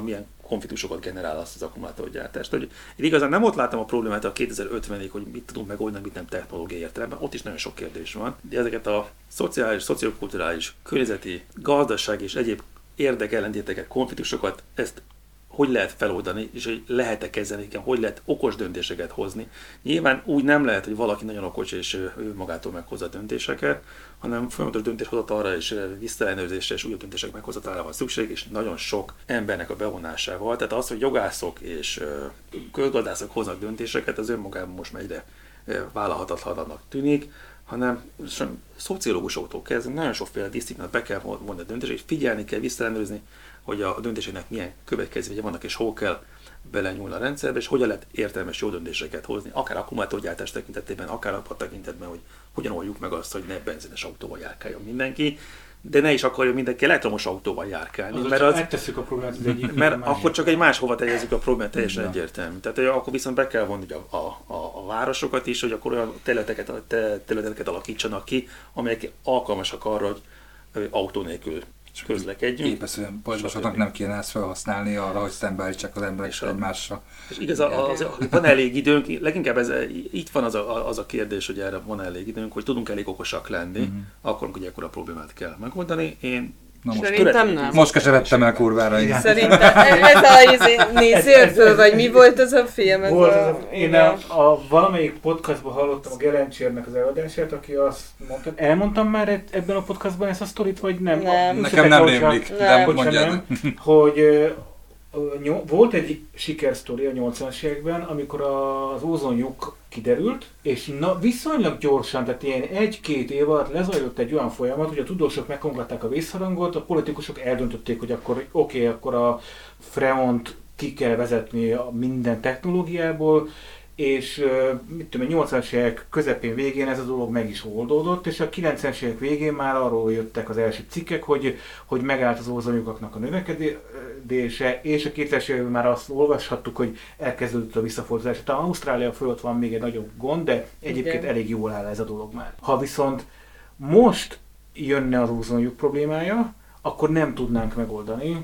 konfliktusokat generál azt az akkumulátorgyártást. Hogy én igazán nem ott látom a problémát a kétezer-ötvenig, hogy mit tudunk megoldani, mit nem technológiai értelemben. Ott is nagyon sok kérdés van. De ezeket a szociális, szociokulturális, környezeti, gazdasági és egyéb érdekellentéteket, konfliktusokat, ezt hogy lehet feloldani, és hogy lehet-e kezelni, igen, hogy lehet okos döntéseket hozni. Nyilván úgy nem lehet, hogy valaki nagyon okos, és ő magától meghozza döntéseket, hanem folyamatos döntéshozatalra és visszaellenőrzésre és újabb döntések meghozatalára van szükség, és nagyon sok embernek a bevonásával. Tehát az, hogy jogászok és közgazdászok hoznak döntéseket, az önmagában most már egyre vállalhatatlannak tűnik, hanem szociológusoktól kezdve nagyon sokféle disziplinát be kell vonni a döntésre, és figyelni kell, visszaellenőrizni, hogy a döntésének milyen következményei vannak, és hol kell belenyúlni a rendszerbe, és hogyan lehet értelmes jó döntéseket hozni, akár akkumulátorgyártás tekintetében, akár abban a tekintetben, hogy hogyan oldjuk meg azt, hogy ne benzines autóval járkáljon mindenki, de ne is akarja mindenki elektromos autóval járkálni. Az mert az, megtesszük a problémát az egyik. mert akkor csak egy máshova teljezzük a problémát, teljesen ja. egyértelmű. Tehát akkor viszont be kell vonni a, a, a, a városokat is, hogy akkor olyan területeket, területeket alakítsanak ki, amelyek alkalmasak arra, hogy autó nélkül közlekedjünk. Képeszűen politikusoknak nem kéne ezt felhasználni arra, hogy szembeállítsák az emberek egymásra. És igaz, az, az, van elég időnk, leginkább ez, itt van az a, az a kérdés, hogy erre van elég időnk, hogy tudunk elég okosak lenni, mm-hmm. akkor, hogy ekkora problémát kell megoldani. Én Na most Szerintem nem. Most keseredtem el kurvára. Igen. Szerintem ez a nézzél föl, vagy mi volt az a film? Ez volt a, az a, én a, a valamelyik podcastban hallottam a Gelencsérnek az előadását, aki azt mondta, elmondtam már ebben a podcastban ezt a sztorit, vagy nem? Nem. Nekem nem rémlik, de mondjad. Hogy uh, volt egy sikersztori a nyolcvanas években, amikor az ózonlyuk kiderült, és na, viszonylag gyorsan, tehát ilyen egy-két év alatt lezajlott egy olyan folyamat, hogy a tudósok megkongatták a vészharangot, a politikusok eldöntötték, hogy akkor oké, okay, akkor a freont ki kell vezetni a minden technológiából, és mit tudom, a nyolcvanas évek közepén végén ez a dolog meg is oldódott, és a kilencvenes évek végén már arról jöttek az első cikkek, hogy, hogy megállt az ózonlyukaknak a növekedése, és a kétezres években már azt olvashattuk, hogy elkezdődött a visszafordulás. Tehát Ausztrália fölött van még egy nagyobb gond, de egyébként igen, elég jól áll ez a dolog már. Ha viszont most jönne az ózonlyuk problémája, akkor nem tudnánk megoldani,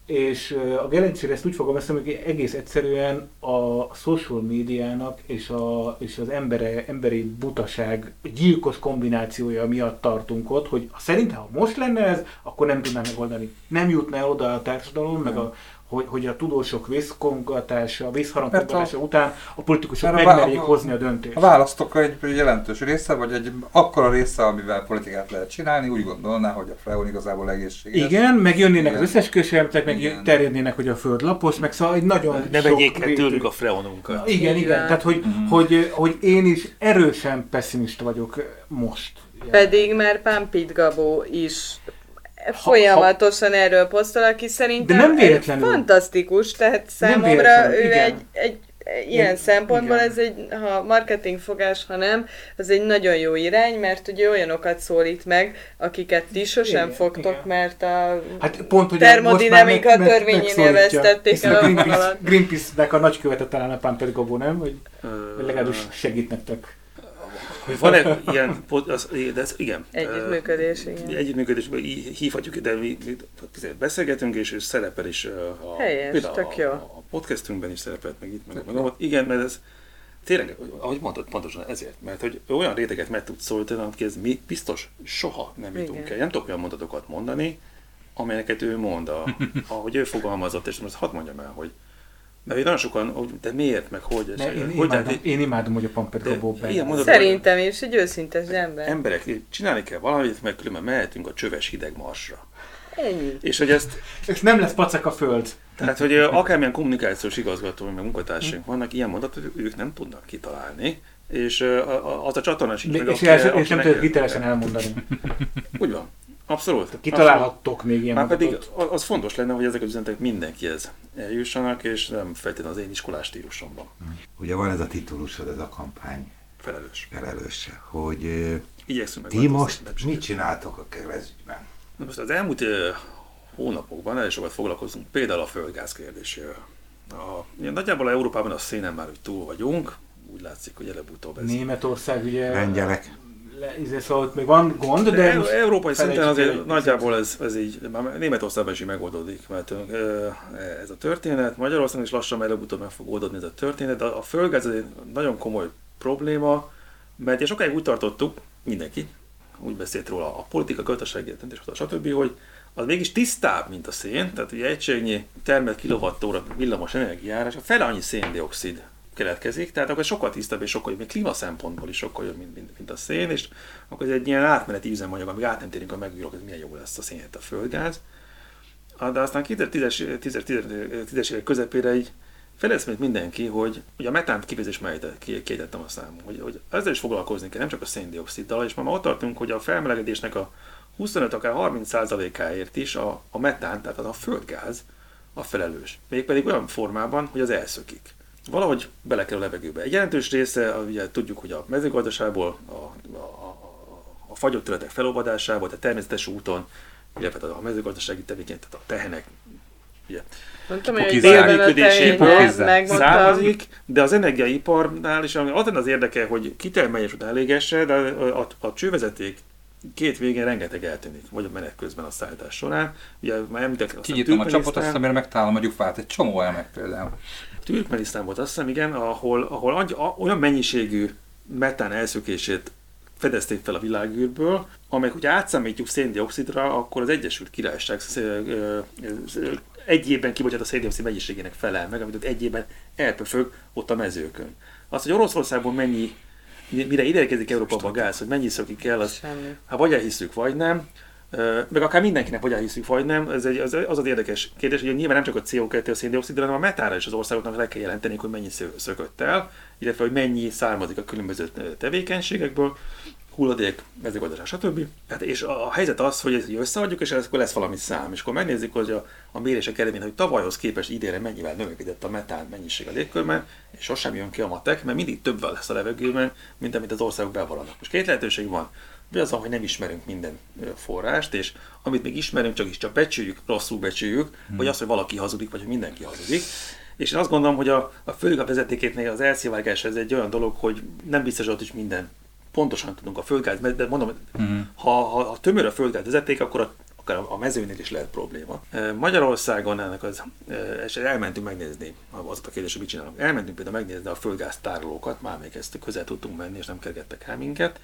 és a Gelencsére ezt úgy fogom veszem, hogy egész egyszerűen a social médiának és, a, és az embere, emberi butaság gyilkos kombinációja miatt tartunk ott, hogy szerintem, ha most lenne ez, akkor nem tudnánk megoldani. Nem jutna el oda a társadalom, meg a, hogy, hogy a tudósok vészkongatása, vészharangkongatása után a politikusok megmerjék hozni a döntést. A választók egy jelentős része, vagy egy akkora része, amivel politikát lehet csinálni, úgy gondolná, hogy a freon igazából egészséges. Igen, meg jönnének igen, az összes elméletek, meg igen, terjednének, hogy a föld lapos, meg szóval egy nagyon ne vegyék el tőlük a freonunkat. Igen, igen, igen. Tehát hogy, mm. hogy, hogy én is erősen pessimista vagyok most. Pedig már Pampit Gabó is folyamatosan ha, ha, erről posztol, aki szerintem egy fantasztikus, tehát számomra ő egy, egy, egy ilyen igen, szempontból igen, ez egy, ha marketingfogás, ha nem, az egy nagyon jó irány, mert ugye olyanokat szólít meg, akiket ti sosem igen, fogtok, igen, mert a hát pont, termodinamika meg, törvényénél vesztették el a Greenpeace, Greenpeace-nek a nagykövete talán a Pampit Gabó, nem? Vagy legalábbis segít nektek. Hogy van-e ilyen, az, de ez, igen. Együttműködés, igen. Együttműködés, hívhatjuk, de mi, mi beszélgetünk, és, és szerepel is a, helyes, tök jó. A, a podcastünkben is szerepelt, meg itt, meg meg igen, mert ez tényleg, ahogy mondtad, pontosan ezért, mert hogy olyan réteget meg tudsz szólítani, amit ez mi biztos soha nem jutunk el. Nem tudok olyan mondatokat mondani, amelyeket ő mond, a, ahogy ő fogalmazott, és most hadd mondjam el, hogy mert nagyon sokan, de miért, meg hogy... Ne, én, hogy imádom, én imádom, hogy a Pampit Gabó be. Szerintem is, egy őszintes ember. Emberek, csinálni kell valamit, meg különben mehetünk a csöves hideg marsra. Ennyi. És hogy ezt... És nem lesz pacek a föld. Tehát, hogy akármilyen kommunikációs igazgató, meg munkatársaink vannak, ilyen mondatot ők nem tudnak kitalálni. És az a csatorna sincs meg, és, el, és nem tudod hitelesen elmondani. Úgy van. Abszolút. Kitalálhattok még ilyen már pedig az fontos lenne, hogy ezek az üzenetek mindenkihez eljussanak, és nem feltétlenül az én iskolás stílusomban. Ugye van ez a titulusod, ez a kampány felelős. felelőse, hogy igyekszünk ti most mit csináltok a keresztügyben? Most az elmúlt uh, hónapokban elég sokat foglalkozunk például a földgáz kérdésével. A, nagyjából Európában a szénen már úgy túl vagyunk, úgy látszik, hogy előbb-utóbb ez... Németország ugye... Lengyelek. le, izé, szóval ott még van gond, de... de most európai szinten azért hogy nagyjából ez, ez így, már Németországban is így megoldódik, mert ez a történet, Magyarországon is lassan előbb-utóbb meg fog oldódni ez a történet, de a földgáz egy nagyon komoly probléma, mert és sokáig úgy tartottuk, mindenki úgy beszélt róla, a politika, gazdasági döntéshozatal, stb., hogy az mégis tisztább, mint a szén, tehát ugye egységnyi termelt kilowattóra villamos energiára, és a fele annyi széndioxid keletkezik, tehát akkor sokkal tisztább és sokkal jobb, még klíma szempontból is sokkal jobb, mint, mint, mint a szén, és akkor ez egy ilyen átmeneti üzemanyag, amíg át nem térünk a megújulók, ez milyen jó lesz a szén, a földgáz. De aztán kétezer-tízes évek közepére így feleszmélt mindenki, hogy ugye a metánt kifejezés mellett kiejtettem a számon, hogy, hogy ezzel is foglalkozni kell, nem csak a széndioxiddal, és már ott tartunk, hogy a felmelegedésnek a huszonöt akár harminc százalékáért is a, a metán, tehát az a földgáz a felelős. Mégpedig olyan formában, hogy az elszökik. Valahogy bele kell a levegőbe. Egy jelentős része, ugye tudjuk, hogy a mezőgazdaságból, a, a, a, a fagyott területek felolvadásából, tehát természetes úton, illetve a mezőgazdasági tevékenység, tehát a tehenek, ugye, mondtam, hogy délműködéséből származik, de az energiaiparnál is az az érdeke, hogy kitermelje és utána elégesse, de a, a, a csővezeték két végén rengeteg eltűnik, vagy a menet közben a szállítás során. Ugye már említettem, kinyitom a csapot, azt hiszem, megtalálom a gyufát, egy csomó elmek például. Türkmenisztán volt, azt hiszem, igen, ahol, ahol olyan mennyiségű metán elszökését fedezték fel a világűrből, amelyek, hogyha átszámítjuk széndioxidra, akkor az Egyesült Királyság egy évben kibocsát a széndioxid mennyiségének felel meg, amit ott egy évben elpöfög ott a mezőkön. Az, hogy Oroszországból mennyi, mire ideérkezik Európába a gáz, hogy mennyi szökik el, az, hát vagy elhisszük, vagy nem. Meg akár mindenkinek vagy elhiszük, vagy nem, ez egy, az, az az érdekes kérdés, hogy nyilván nem csak a cé o kettő, a széndioxidra, hanem a metánra is az országoknak le kell jelenteni, hogy mennyi szökött el, illetve hogy mennyi származik a különböző tevékenységekből, hulladék, mezőgazdaság, stb. Hát és a, a helyzet az, hogy ezt összeadjuk, és akkor lesz valami szám, és akkor megnézzük, hogy a, a mérések eredmény, hogy tavalyhoz képest idénre mennyivel növekedett a metán mennyiség a légkörben, és sosem jön ki a matek, mert mindig több lesz a levegőben, mint amit az országok bevallanak. Most két lehetőség van. Vagy az, hogy nem ismerünk minden forrást, és amit még ismerünk, csak is csak becsüljük, rosszul becsüljük, hmm. vagy az, hogy valaki hazudik, vagy hogy mindenki hazudik. És én azt gondolom, hogy a, a földgáz vezetékétnél az elszivárgás ez egy olyan dolog, hogy nem biztos, hogy ott is minden pontosan tudunk a földgáz, de mondom, hmm. ha, ha, ha tömör a földgáz vezeték, akkor a, akár a mezőnél is lehet probléma. Magyarországon ennek az, és elmentünk megnézni, az a kérdés, hogy mit csinálunk. Elmentünk például megnézni a földgáz tárolókat, már még ezt közel tudtunk menni, és nem kergettek el minket,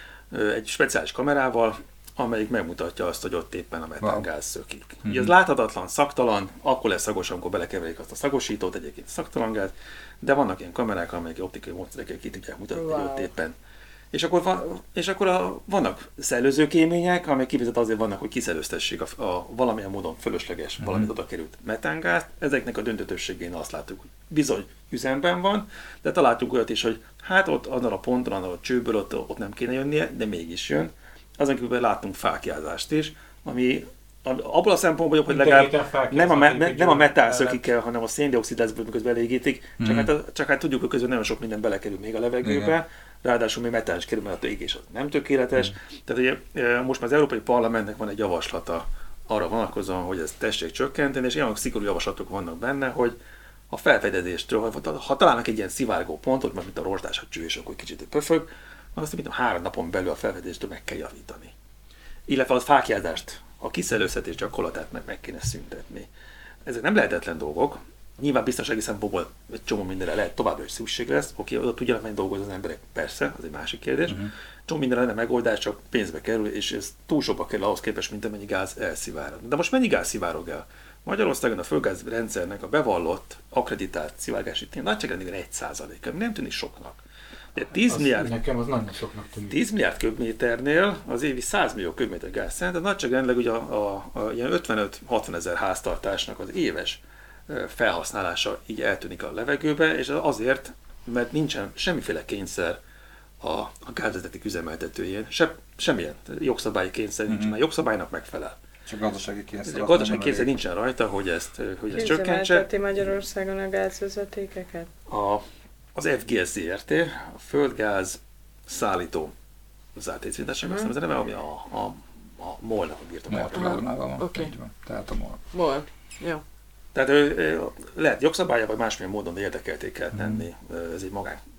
egy speciális kamerával, amelyik megmutatja azt, hogy ott éppen a metángáz szökik. Mm-hmm. Ugye ez láthatatlan, szaktalan, akkor lesz szagos, amikor belekeverik azt a szagosítót, egyébként szaktalan gáz, de vannak ilyen kamerák, amelyek optikai módszerekkel ki tudják mutatni, wow. hogy ott éppen. És akkor, van, és akkor a, vannak szellőzőkémények, amelyek kifizet azért vannak, hogy kiszellőztessék a, a valamilyen módon fölösleges, mm-hmm. valamit oda került metángázt. Ezeknek a döntetőségén azt láttuk, hogy bizony üzemben van, de találtuk olyat is, hogy hát ott azon a ponton, azon a csőből ott, ott nem kéne jönnie, de mégis jön. Azon kívül láttunk fáklyázást is, ami abból a szempontból jobb, hogy legalább nem a, me, nem a metán szökik el, hanem a széndioxid lesz, miközben elégítik, csak, mm. hát, csak hát tudjuk, hogy közben nagyon sok minden belekerül még a levegőbe, igen. Ráadásul még metán is kerül, mert a égés az nem tökéletes. Mm. Tehát ugye most már az Európai Parlamentnek van egy javaslata arra vonatkozóan, hogy ezt tessék csökkenteni, és ilyen szigorú javaslatok vannak benne, hogy a felfedezéstől, ha találnak egy ilyen szivárgó pontot, mert mint a rozsdás a cső, és akkor kicsit pöfög, azt mint a három napon belül a felfedezéstől meg kell javítani. Illetve a fáklyázást, a kiszellőztetés gyakorlatát meg, meg kéne szüntetni. Ezek nem lehetetlen dolgok. Nyilván biztonsági szempontból egy csomó mindenre lehet továbbra is szükség lesz. Oké, oda tudjanak menni dolgozni az emberek, persze, az egy másik kérdés. Uh-huh. Csomó mindenre lenne megoldás, csak pénzbe kerül, és ez túl sokba kerül ahhoz képest, mint amennyi gáz elszivárog. De most mennyi gáz szivárog el? Magyarországon a földgáz rendszernek a bevallott, akreditált szivárgási tény nagyságrendben egy százaléka, nem tűnik soknak. De tíz milliárd, nekem az nagyon soknak tűnik. tíz milliárd köbméternél az évi száz millió köbméter gáz szent, de nagyságrendileg ugye a, a, a ilyen ötvenöt-hatvan ezer háztartásnak az éves felhasználása így eltűnik a levegőbe, és azért, mert nincsen semmiféle kényszer a, a gázvezeték üzemeltetőjén, se, semmilyen jogszabályi kényszer nincs, mm-hmm. mert jogszabálynak megfelel. Csak gazdasági kényszer. A gazdasági kényszer nincsen rajta, hogy ezt, hogy ezt csökkentse. Üzemelteti Magyarországon a gázvezetékeket? A, az ef gé es zé er té, a földgáz szállító zárt egyszerűen, azt hiszem, ami a, a, a MOL-nak a birtokában. Oké. Tehát a MOL. MOL. Jó. Tehát ő, lehet jogszabálya, vagy másmilyen módon érdekelté kell tenni. Ez egy magán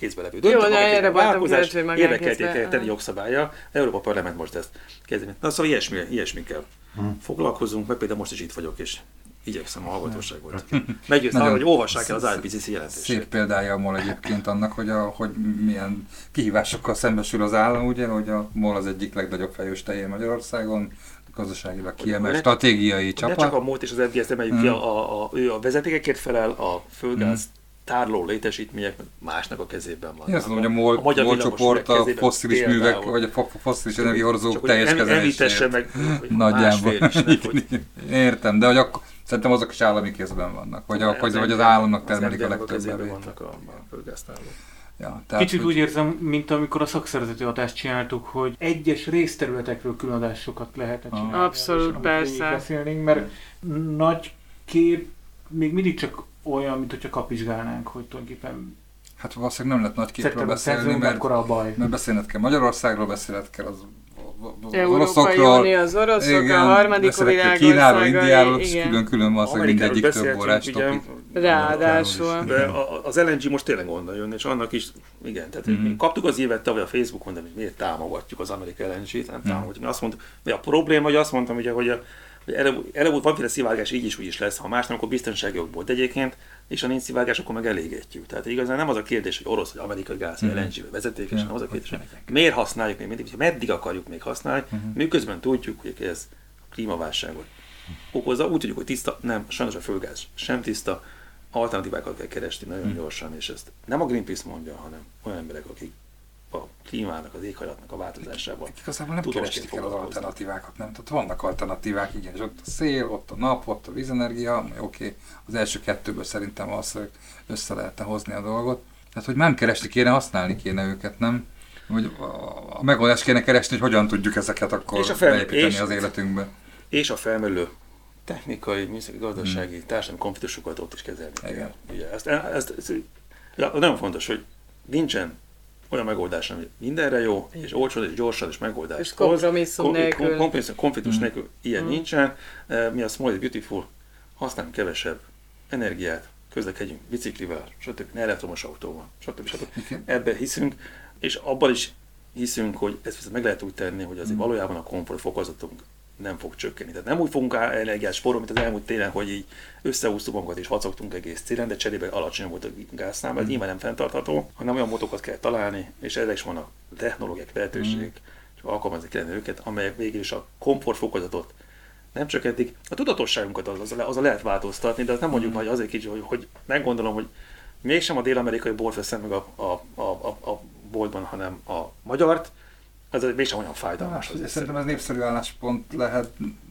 kézbe levő Jó, döntő, de erre voltam vállalkozás, kíváncsi, hogy érdekelték magánkézbe- tenni jogszabálya, Európa Parlament most ezt kezdeni. Na szóval ilyesmi, ilyesmikkel Hmm. foglalkozunk, meg például most is itt vagyok, és igyekszem a hallgatóságot meggyőzni arra, Nagyon hogy olvassák el az i pé cé cé jelentését. Szép példája a MOL egyébként annak, hogy, a, hogy milyen kihívásokkal szembesül az állam, ugye, hogy a MOL az egyik legnagyobb fejős tején Magyarországon, gazdaságilag kiemelt Ne- stratégiai Ne csapat. csak a MOL-t és az em dé es-t emeljük ki, Hmm. a, a, ő a vezetékekért felel, a földgáz tárló létesítmények másnak a kezében van. Én azt mondom, hogy a MOL, a magyar MOL villamos csoport a kezében fosszilis például. művek, vagy a fo- fosszilis energiahordozók Csak hogy teljes em- említesse kezelését. meg, hogy Nagyjából. másfél is, nem, hogy Értem, de hogy akkor, szerintem azok is állami kézben vannak, vagy, a, vagy, vagy az államnak termelik a legtöbb kezében belét. vannak a, a földgáztárlók. Ja, tehát, Kicsit hogy- úgy érzem, mint amikor a szakszervezeti adást csináltuk, hogy egyes részterületekről különadásokat lehetett Ah. csinálni. Abszolút, És amikor persze. végig beszélnénk, mert nagy kép még mindig csak olyan, mint hogyha kapizsgálnánk, hogy tulajdonképpen Hát valószínűleg nem lehet nagy képről szeptember beszélni, szerzőnk, mert, akkor a baj. mert beszélned kell Magyarországról, beszélned kell az, az Európai oroszokról, Unió, az oroszok, igen, a harmadik beszéled kell világ Kínáról, Indiáról, országai, igen. külön-külön valószínűleg Amerikáról mindegyik több beszéltünk, órás ugye, topik. Ráadásul. De a- az el en gé most tényleg onnan jön, és annak is, igen, tehát Mhm. mi kaptuk az évet tavaly a Facebookon, de mi miért támogatjuk az amerikai el en gét, nem Mhm. támogatjuk. Mi azt mondtuk, hogy a probléma, hogy azt mondtam, ugye, hogy, a, hogy előbb, előbb valamiféle szivárgás így is úgy is lesz, ha más nem, akkor biztonsági okból. De egyébként, és ha nincs szivárgás, akkor meg elégetjük. Tehát igazán nem az a kérdés, hogy orosz vagy amerikai gáz, vagy Mhm. el en gé vezeték, és Ja, hanem az a kérdés, hogy hogy miért használjuk még mindig, hogy meddig akarjuk még használni, Mhm. miközben tudjuk, hogy ez a klímaválságot okozza, úgy tudjuk, hogy tiszta, nem, sajnos a földgáz sem tiszta, alternatívákat kell keresni nagyon Hmm. gyorsan, és ezt nem a Greenpeace mondja, hanem olyan emberek, akik a klímának, az éghajlatnak a változásában. Igazából nem tudósként kerestik el az foglalkoznak. alternatívákat, nem? Tehát vannak alternatívák, igen, és ott a szél, ott a nap, ott a vízenergia, oké, okay. Az első kettőből szerintem az, hogy össze lehetne hozni a dolgot. Tehát, hogy nem keresni kéne, használni kéne őket, nem? Hogy a- a megoldást kéne keresni, hogy hogyan tudjuk ezeket akkor És a fel- beépíteni és- az életünkbe. És a felmerülő technikai, műszaki, gazdasági, hmm. társadalmi konfliktusokat ott is kezelni kell. Igen. Ugye ezt, ezt, ezt, ja, nagyon fontos, hogy nincsen olyan megoldás, ami mindenre jó, és olcsón, és gyorsan, és megoldást És hoz. kompromisszum Kon- nélkül. kon- Kompromisszum, konfliktus Mm. nélkül ilyen Mm. nincsen. Eh, Mi a Small is Beautiful, használjunk kevesebb energiát, közlekedjünk biciklivel, stb. Ne elektromos autóval, stb. stb. Igen. Ebben hiszünk, és abban is hiszünk, hogy ezt meg lehet úgy tenni, hogy azért Mm. valójában a komfortfokozatunk nem fog csökkenni. Tehát nem úgy fogunk á- energiát spórolni, mint az elmúlt télen, hogy így összehúztuk magunkat és vacogtunk egész télen, de cserébe alacsony volt a gáznál, ez Mm. nyilván nem fenntartható, hanem olyan motokat kell találni, és ezek is vannak technológiák, lehetőségek, és alkalmazni kellene őket, amelyek végül is a komfortfokozatot nem csökkentik. A tudatosságunkat az, az, az lehet változtatni, de azt nem mondjuk, Mm. hogy azért kicsi, hogy, hogy meggondolom, hogy mégsem a dél-amerikai bort veszem meg a, a, a, a, a boltban, hanem a magyart, ez mégsem olyan fájdalmas. Hát, azért szerintem ez népszerű álláspont lehet,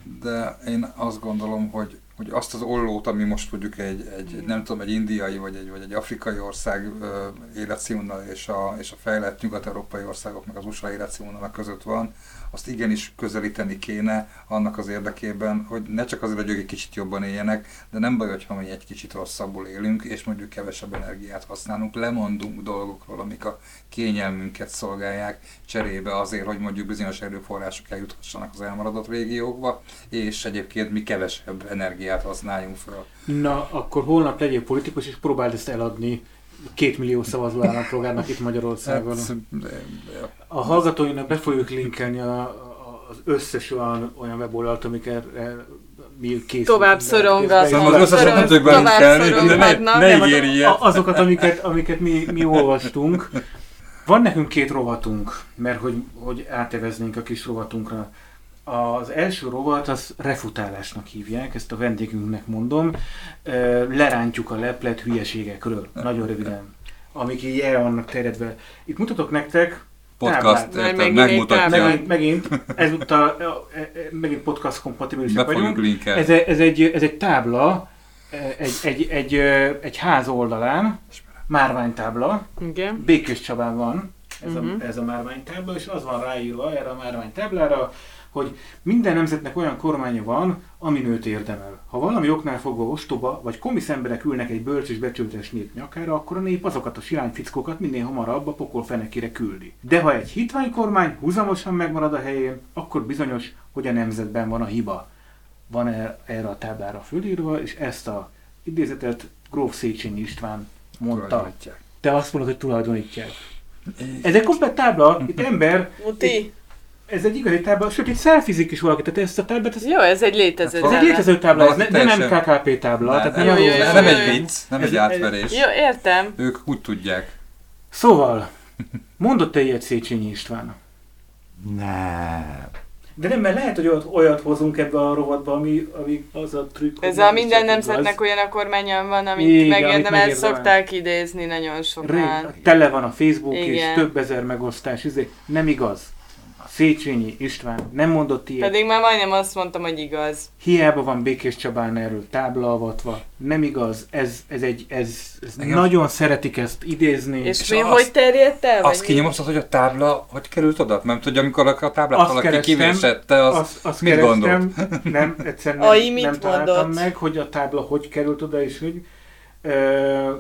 de én azt gondolom, hogy, hogy azt az ollót, ami most mondjuk egy, egy nem tudom, egy indiai vagy egy, vagy egy afrikai ország ö, életszínvonal és a, és a fejlett nyugat-európai országok meg az u es á életszínvonalak között van, azt igenis közelíteni kéne annak az érdekében, hogy ne csak azért, hogy ők egy kicsit jobban éljenek, de nem baj, hogyha mi egy kicsit rosszabbul élünk, és mondjuk kevesebb energiát használunk, lemondunk dolgokról, amik a kényelmünket szolgálják, cserébe azért, hogy mondjuk bizonyos erőforrások eljuthassanak az elmaradott régiókba, és egyébként mi kevesebb energiát használjunk fel. Na, akkor holnap legyél politikus, és próbáld ezt eladni két millió szavazó állampolgárnak itt Magyarországon. Hát, A hallgatóinak be fogjuk linkelni a, a, az összes olyan, olyan weboldalt, amiket mi készítünk. Tovább szorongatnak. Szóval az összes ötletükben Tovább kell, de ne, szorongatnak. ne Nem, ígérj ilyet. a- azokat, amiket, amiket mi, mi olvastunk. Van nekünk két rovatunk, mert hogy, hogy áteveznénk a kis rovatunkra. Az első rovat, az refutálásnak hívják, ezt a vendégünknek mondom. Ö, Lerántjuk a leplet hülyeségekről, nagyon röviden, amik így el vannak terjedve. Itt mutatok nektek Podcast, táblát. Már érted, megint egy megmutatja. táblát. Megint, megint, ezúttal e- e- megint podcast kompatibilisek Be fogjuk vagyunk. linkelni. Ez, e- ez, egy, ez egy tábla, e, egy, egy, egy, ö, egy ház oldalán, márványtábla, Igen. Békés Csabán van ez, Mhm. a, ez a márványtábla, és az van ráírva erre a márványtáblára, hogy minden nemzetnek olyan kormánya van, ami nőt érdemel. Ha valami oknál fogva ostoba, vagy komisz emberek ülnek egy bölcs és becsületes nép nyakára, akkor a nép azokat a silány fickókat minél hamarabb a pokol fenekére küldi. De ha egy hitvány kormány húzamosan megmarad a helyén, akkor bizonyos, hogy a nemzetben van a hiba. Van er- erre a táblára fölírva, és ezt a idézetet Gróf Széchenyi István mondta. Tulajdonítják. te azt mondod, hogy tulajdonítják. Ez egy komplett tábla, itt ember, Muti. ez egy igazi tábla, sőt itt szelfizik is valaki, tehát ezt a táblát, ez, Jó, ez egy létező ez egy tábla. létező tábla, ez ne, nem Teljesen. ká ká pé tábla. Tehát Nem, nem, jó, arról jó, van nem szó. egy vicc, nem Ez- egy átverés. Jó, értem. Ők úgy tudják. Szóval, mondott te ilyet Széchenyi István? Nem. De nem, mert lehet, hogy olyat, olyat hozunk ebbe a rovatba, ami, ami az a trükk. hogy Ez nem a is minden csak nemzetnek igaz. olyan a kormányon van, amit Igen, amit megérdemel, megérdemel. szokták idézni nagyon sokan. Rég, tele van a Facebook és Igen. több ezer megosztás, izé. Nem igaz. Széchenyi István nem mondott ilyet. Pedig már majdnem azt mondtam, hogy igaz. Hiába van Békés Csabán erről tábla avatva. Nem igaz. Ez, ez egy, ez, ez Igen. nagyon szeretik ezt idézni. És, És mi, azt- hogy terjedt el? Azt vagy kinyomoztad, hogy a tábla hogy került oda? Mert tudja, amikor a táblát Azt valaki kerestem, kivésette, az azt, azt mit kerestem, nem, egyszer nem, Ai, mit nem találtam mondott? meg, hogy a tábla hogy került oda, és hogy... Ö,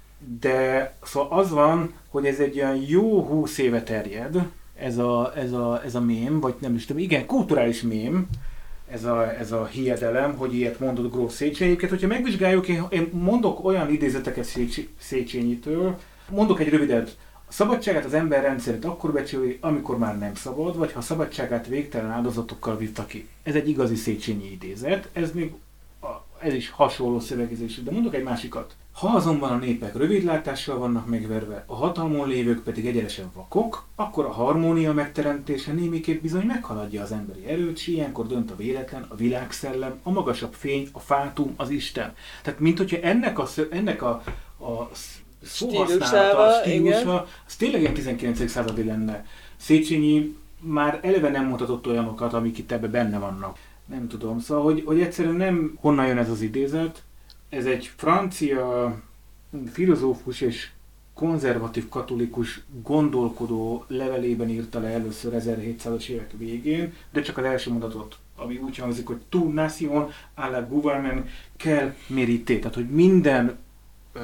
de szóval az van, hogy ez egy olyan jó húsz éve terjed, ez a, ez a, ez a mém, vagy nem is tudom, igen, kulturális mém, ez a, ez a hiedelem, hogy ilyet mondott Gróf Széchenyiket. Hogyha megvizsgáljuk, én, én mondok olyan idézeteket Szécs- Széchenyitől, mondok egy rövidet. A szabadságát az ember rendszerint akkor becsüli, amikor már nem szabad, vagy ha a szabadságát végtelen áldozatokkal vitta ki. Ez egy igazi Széchenyi idézet, ez még a, ez is hasonló szövegezésű, de mondok egy másikat. Ha azonban a népek rövidlátással vannak megverve, a hatalmon lévők pedig egyenesen vakok, akkor a harmónia megteremtése némiképp bizony meghaladja az emberi erőt, s ilyenkor dönt a véletlen, a világszellem, a magasabb fény, a fátum, az Isten. Tehát mint hogyha ennek a, szö- ennek a, a szóhasználata, Stílusával, a stílusa, igen. az tényleg ilyen tizenkilencedik századi lenne. Széchenyi már eleve nem mutatott olyanokat, amik itt ebbe benne vannak. Nem tudom, szóval, hogy, hogy egyszerűen nem honnan jön ez az idézet. Ez egy francia filozófus és konzervatív katolikus gondolkodó levelében írta le először ezerhétszázas évek végén, de csak az első mondatot, ami úgy hangzik, hogy tout nation à la gouvernement quelle mérité, tehát hogy minden ö,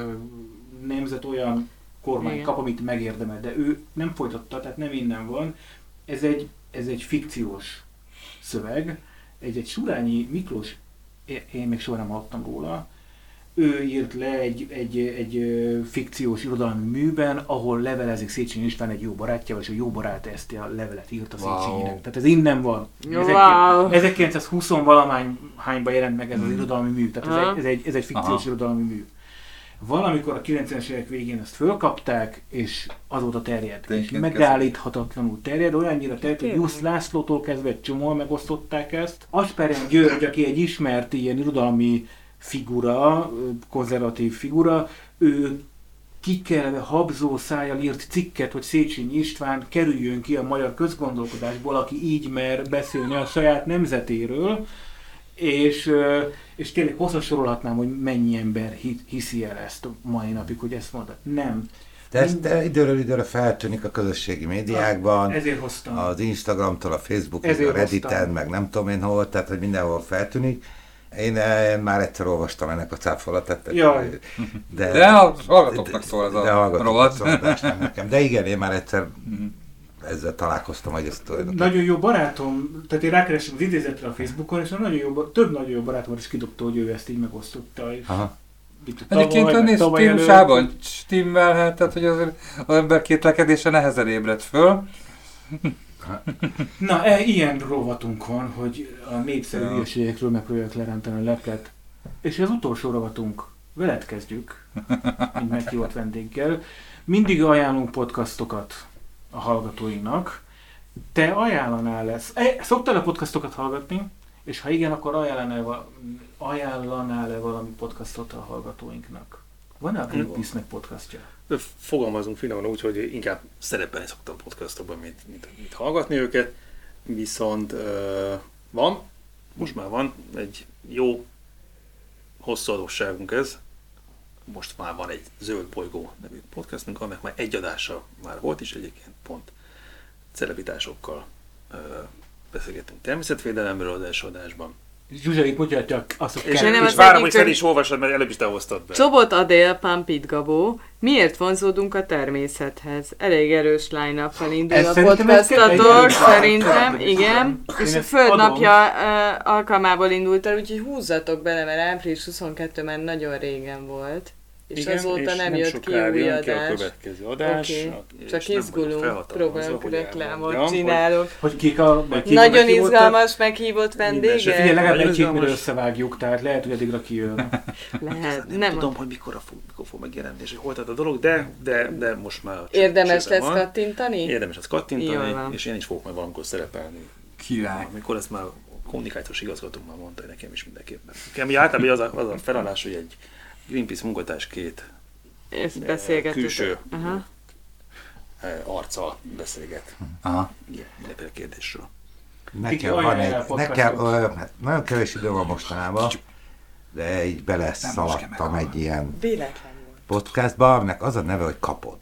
nemzet olyan kormány Igen. kap, amit megérdemel, de ő nem folytatta, tehát nem innen van. Ez egy, ez egy fikciós szöveg, egy, egy Surányi Miklós, én még soha nem hallottam róla, ő írt le egy, egy, egy ö, fikciós irodalmi műben, ahol levelezik Széchenyi István egy jó barátjával, és a jó barát ezt a levelet írt a Wow. Széchenyinek. Tehát ez innen van. Wow. ezerkilencszázhúsz valamányban jelent meg ez az Hmm. irodalmi mű, tehát ez Aha. egy, ez egy, ez egy fikciós Aha. irodalmi mű. Valamikor a kilencvenes évek végén ezt fölkapták, és azóta terjed. És Tényként megállíthatatlanul terjed, olyannyira terjed, hogy Tényleg. Jusz Lászlótól kezdve egy csomóan megosztották ezt. Asperian György, aki egy ismert ilyen irodalmi figura, konzervatív figura, ő kikelve habzó szájjal írt cikket, hogy Széchenyi István kerüljön ki a magyar közgondolkodásból, aki így mer beszélni a saját nemzetéről, és, ö, és tényleg hosszan sorolhatnám, hogy mennyi ember hi- hiszi el ezt a mai napig, hogy ezt mondta. Nem. De ez de időről időre feltűnik a közösségi médiákban, Ezért hoztam. az Instagramtól, a Facebookig, Ezért a Redditen, hoztam. meg nem tudom én hol, tehát hogy mindenhol feltűnik. Én, én már egyszer olvastam ennek a cáfolatát. Jaj. De, De a hallgatóknak szól ez a de hallgatóknak rovat. szól, de nem nekem. De igen, én már egyszer ezzel találkoztam, hogy ezt tulajdonképpen. Nagyon jó barátom, tehát én rákerestem az idézetre a Facebookon, és a nagyon jó, ba- több nagyon jó barátom is kidobta, hogy ő ezt így megosztotta. És Aha. itt Egyébként tavaly, a meg néz tavaly előtt. stílusában stimmelhet, tehát hogy azért az ember kétlekedése nehezen ébredt föl. Na, e, ilyen rovatunk van, hogy a népszerű Ja. hülyeségekről megpróbáljuk lerenteni a leplet. És az utolsó rovatunk, veled kezdjük, mint meghívott vendéggel. Mindig ajánlunk podcastokat a hallgatóinknak. Te ajánlanál lesz. E, szoktál a podcastokat hallgatni? És ha igen, akkor ajánlanál, va- ajánlanál-e valami podcastot a hallgatóinknak? Van-e a Greenpeace-nek podcastja? Fogalmazunk finoman úgy, hogy inkább szerepelni szoktam podcastokban, mint, mint, mint hallgatni őket, viszont uh, van, most már van egy jó hosszú adósságunk ez, most már van egy Zöld Bolygó nevű podcastunk, aminek már egy adása már volt is egyébként, pont celebritásokkal uh, beszélgetünk természetvédelemről az első adásban. Zsuzsa itt mutatja azt a És, nem kettőt. az és várom, egyik hogy fel kö- is olvasod, mert előbb is te hoztad be. Csobot Adél, Pampit Gabó, miért vonzódunk a természethez? Elég erős line-up-kal indul Ez a szerintem ez podcastatok, egy- szerintem, egy- igen. Én És a ezt földnapja uh, alkalmából indult el, úgyhogy húzzatok bele, mert április huszonkettő már nagyon régen volt. És igen, azóta és nem jött ki sokára új jön ki a adás. következő adás. Okay. Csak és nem vagyok izgulunk, felhatalmazva, próbálok hogy reklámot elmondjam, csinálok. Hogy kik a... Kik Nagyon meghívottak. izgalmas meghívott vendége? Figyelj, legalább Nagyon egy két izgalmas. összevágjuk, tehát lehet, hogy addigra kijön. Lehet, Nem, nem. tudom, hogy mikor fog, mikor fog megjelenni, és hogy hol tart a dolog, de, de, de most már... Érdemes csőben lesz van. kattintani? Érdemes lesz Jól kattintani, van. és én is fogok majd valamikor szerepelni. Király. Amikor ezt már kommunikációs igazgató már mondta, hogy nekem is mindenképpen. Nekem ugye általában az a, az a felállás, hogy egy Greenpeace munkatárs két Ezt eh, beszélgetünk. külső Aha. eh, arccal beszélget. Aha. Igen, mindenféle kérdésről. Nekem van ajánlja egy, a podcastot. nekem, ö, hát nagyon kevés idő van mostanában, de így bele most kell szaladtam meghalni. egy ilyen Véletlen volt. podcastba, aminek az a neve, hogy Kapod.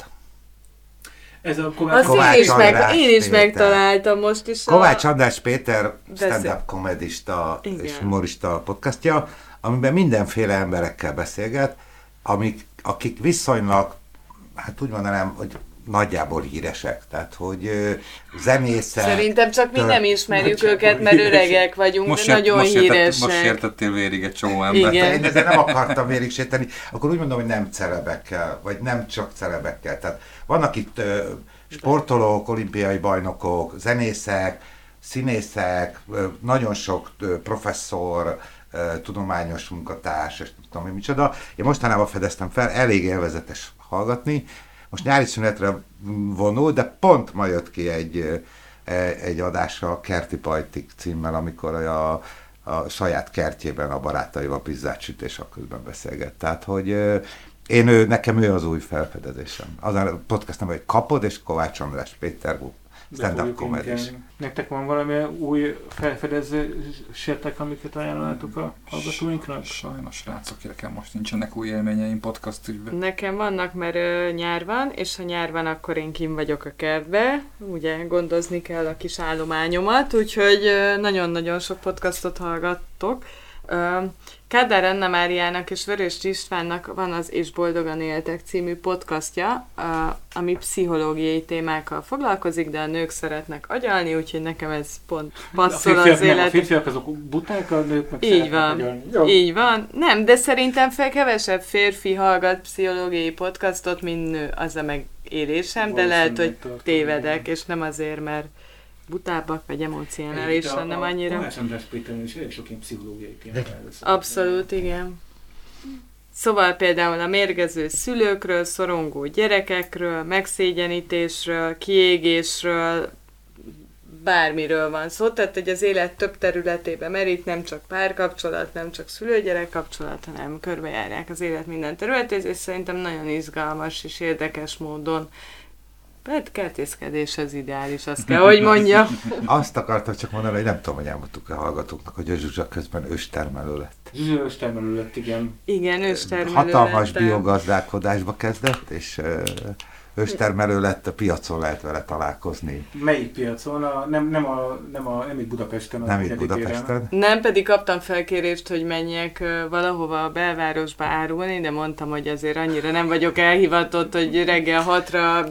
Ez a Azt Kovács Kovács én is, meg, András én is Péter. megtaláltam most is. Kovács A... András Péter Beszél- stand-up komedista Igen. és humorista podcastja, amiben mindenféle emberekkel beszélget, amik, akik viszonylag, hát úgy mondanám, hogy nagyjából híresek, tehát hogy ö, zenészek. Szerintem csak mi tör- nem ismerjük nagyjából őket, mert híresek. öregek vagyunk, Most, de ért, nagyon most, értett, híresek. most értettél vérig egy csomó embert. Igen. Én ezzel nem akartam vérig séteni, akkor úgy mondom, hogy nem celebekkel, vagy nem csak celebekkel. Tehát vannak itt ö, sportolók, olimpiai bajnokok, zenészek, színészek, ö, nagyon sok ö, professzor, ö, tudományos munkatárs, és nem tudom, hogy micsoda. Én mostanában fedeztem fel, elég élvezetes hallgatni. Most nyári szünetre vonul, de pont ma jött ki egy, ö, egy adásra a Kerti Pajtik címmel, amikor a, a saját kertjében a barátaival pizzát süt, és akközben beszélget. Tehát, hogy ö, én ő, nekem ő az új felfedezésem. Az a podcast neve, hogy Kapod, és Kovács András Péter stand-up comedy. Nektek van valami új felfedezésetek, amiket ajánlanátok a hallgatóinknak? Sajnos, srácok, nekem most nincsenek új élményeim podcast ügyben. Nekem vannak, mert ö, nyár van, és ha nyár van, akkor én kim vagyok a kertbe. Ugye gondozni kell a kis állományomat, úgyhogy ö, nagyon-nagyon sok podcastot hallgattok. Ö, Kádár Anna Máriának és Vörös Istvánnak van az És boldogan éltek című podcastja, ö, ami pszichológiai témákkal foglalkozik, de a nők szeretnek agyalni, úgyhogy nekem ez pont passzol a az férfiak, nem, a élet. férfiak azok buták, a nők meg Így szeretnek van, agyalni. Jó. így van. Nem, de szerintem fel kevesebb férfi hallgat pszichológiai podcastot, mint nő, az a megélésem, de lehet, hogy Valószínűleg tévedek, és nem azért, mert butábbak, vagy emocionálisan nem annyira. Kovács András Péternél is elég sok ilyen pszichológiai témát először. Abszolút, igen. Szóval például a mérgező szülőkről, szorongó gyerekekről, megszégyenítésről, kiégésről, bármiről van szó, tehát hogy az élet több területébe merít, nem csak párkapcsolat, nem csak szülő-gyerek kapcsolat, hanem körbejárják az élet minden területét, és szerintem nagyon izgalmas és érdekes módon. Hát kertészkedés az ideális, azt kell, hogy mondja. Azt akartam csak mondani, hogy nem tudom, hogy elmondtuk a hallgatóknak, hogy a Zsuzsa közben őstermelő lett. Zsuzsa termelő lett, igen. Igen, őstermelő Hatalmas lettem. biogazdálkodásba kezdett, és ö, őstermelő lett, a piacon lehet vele találkozni. Melyik piacon? A, nem, nem, a, nem, a, nem itt Budapesten. a Nem itt negyedik téren. Budapesten. Nem, pedig kaptam felkérést, hogy menjek ö, valahova a belvárosba árulni, de mondtam, hogy azért annyira nem vagyok elhivatott, hogy reggel hatra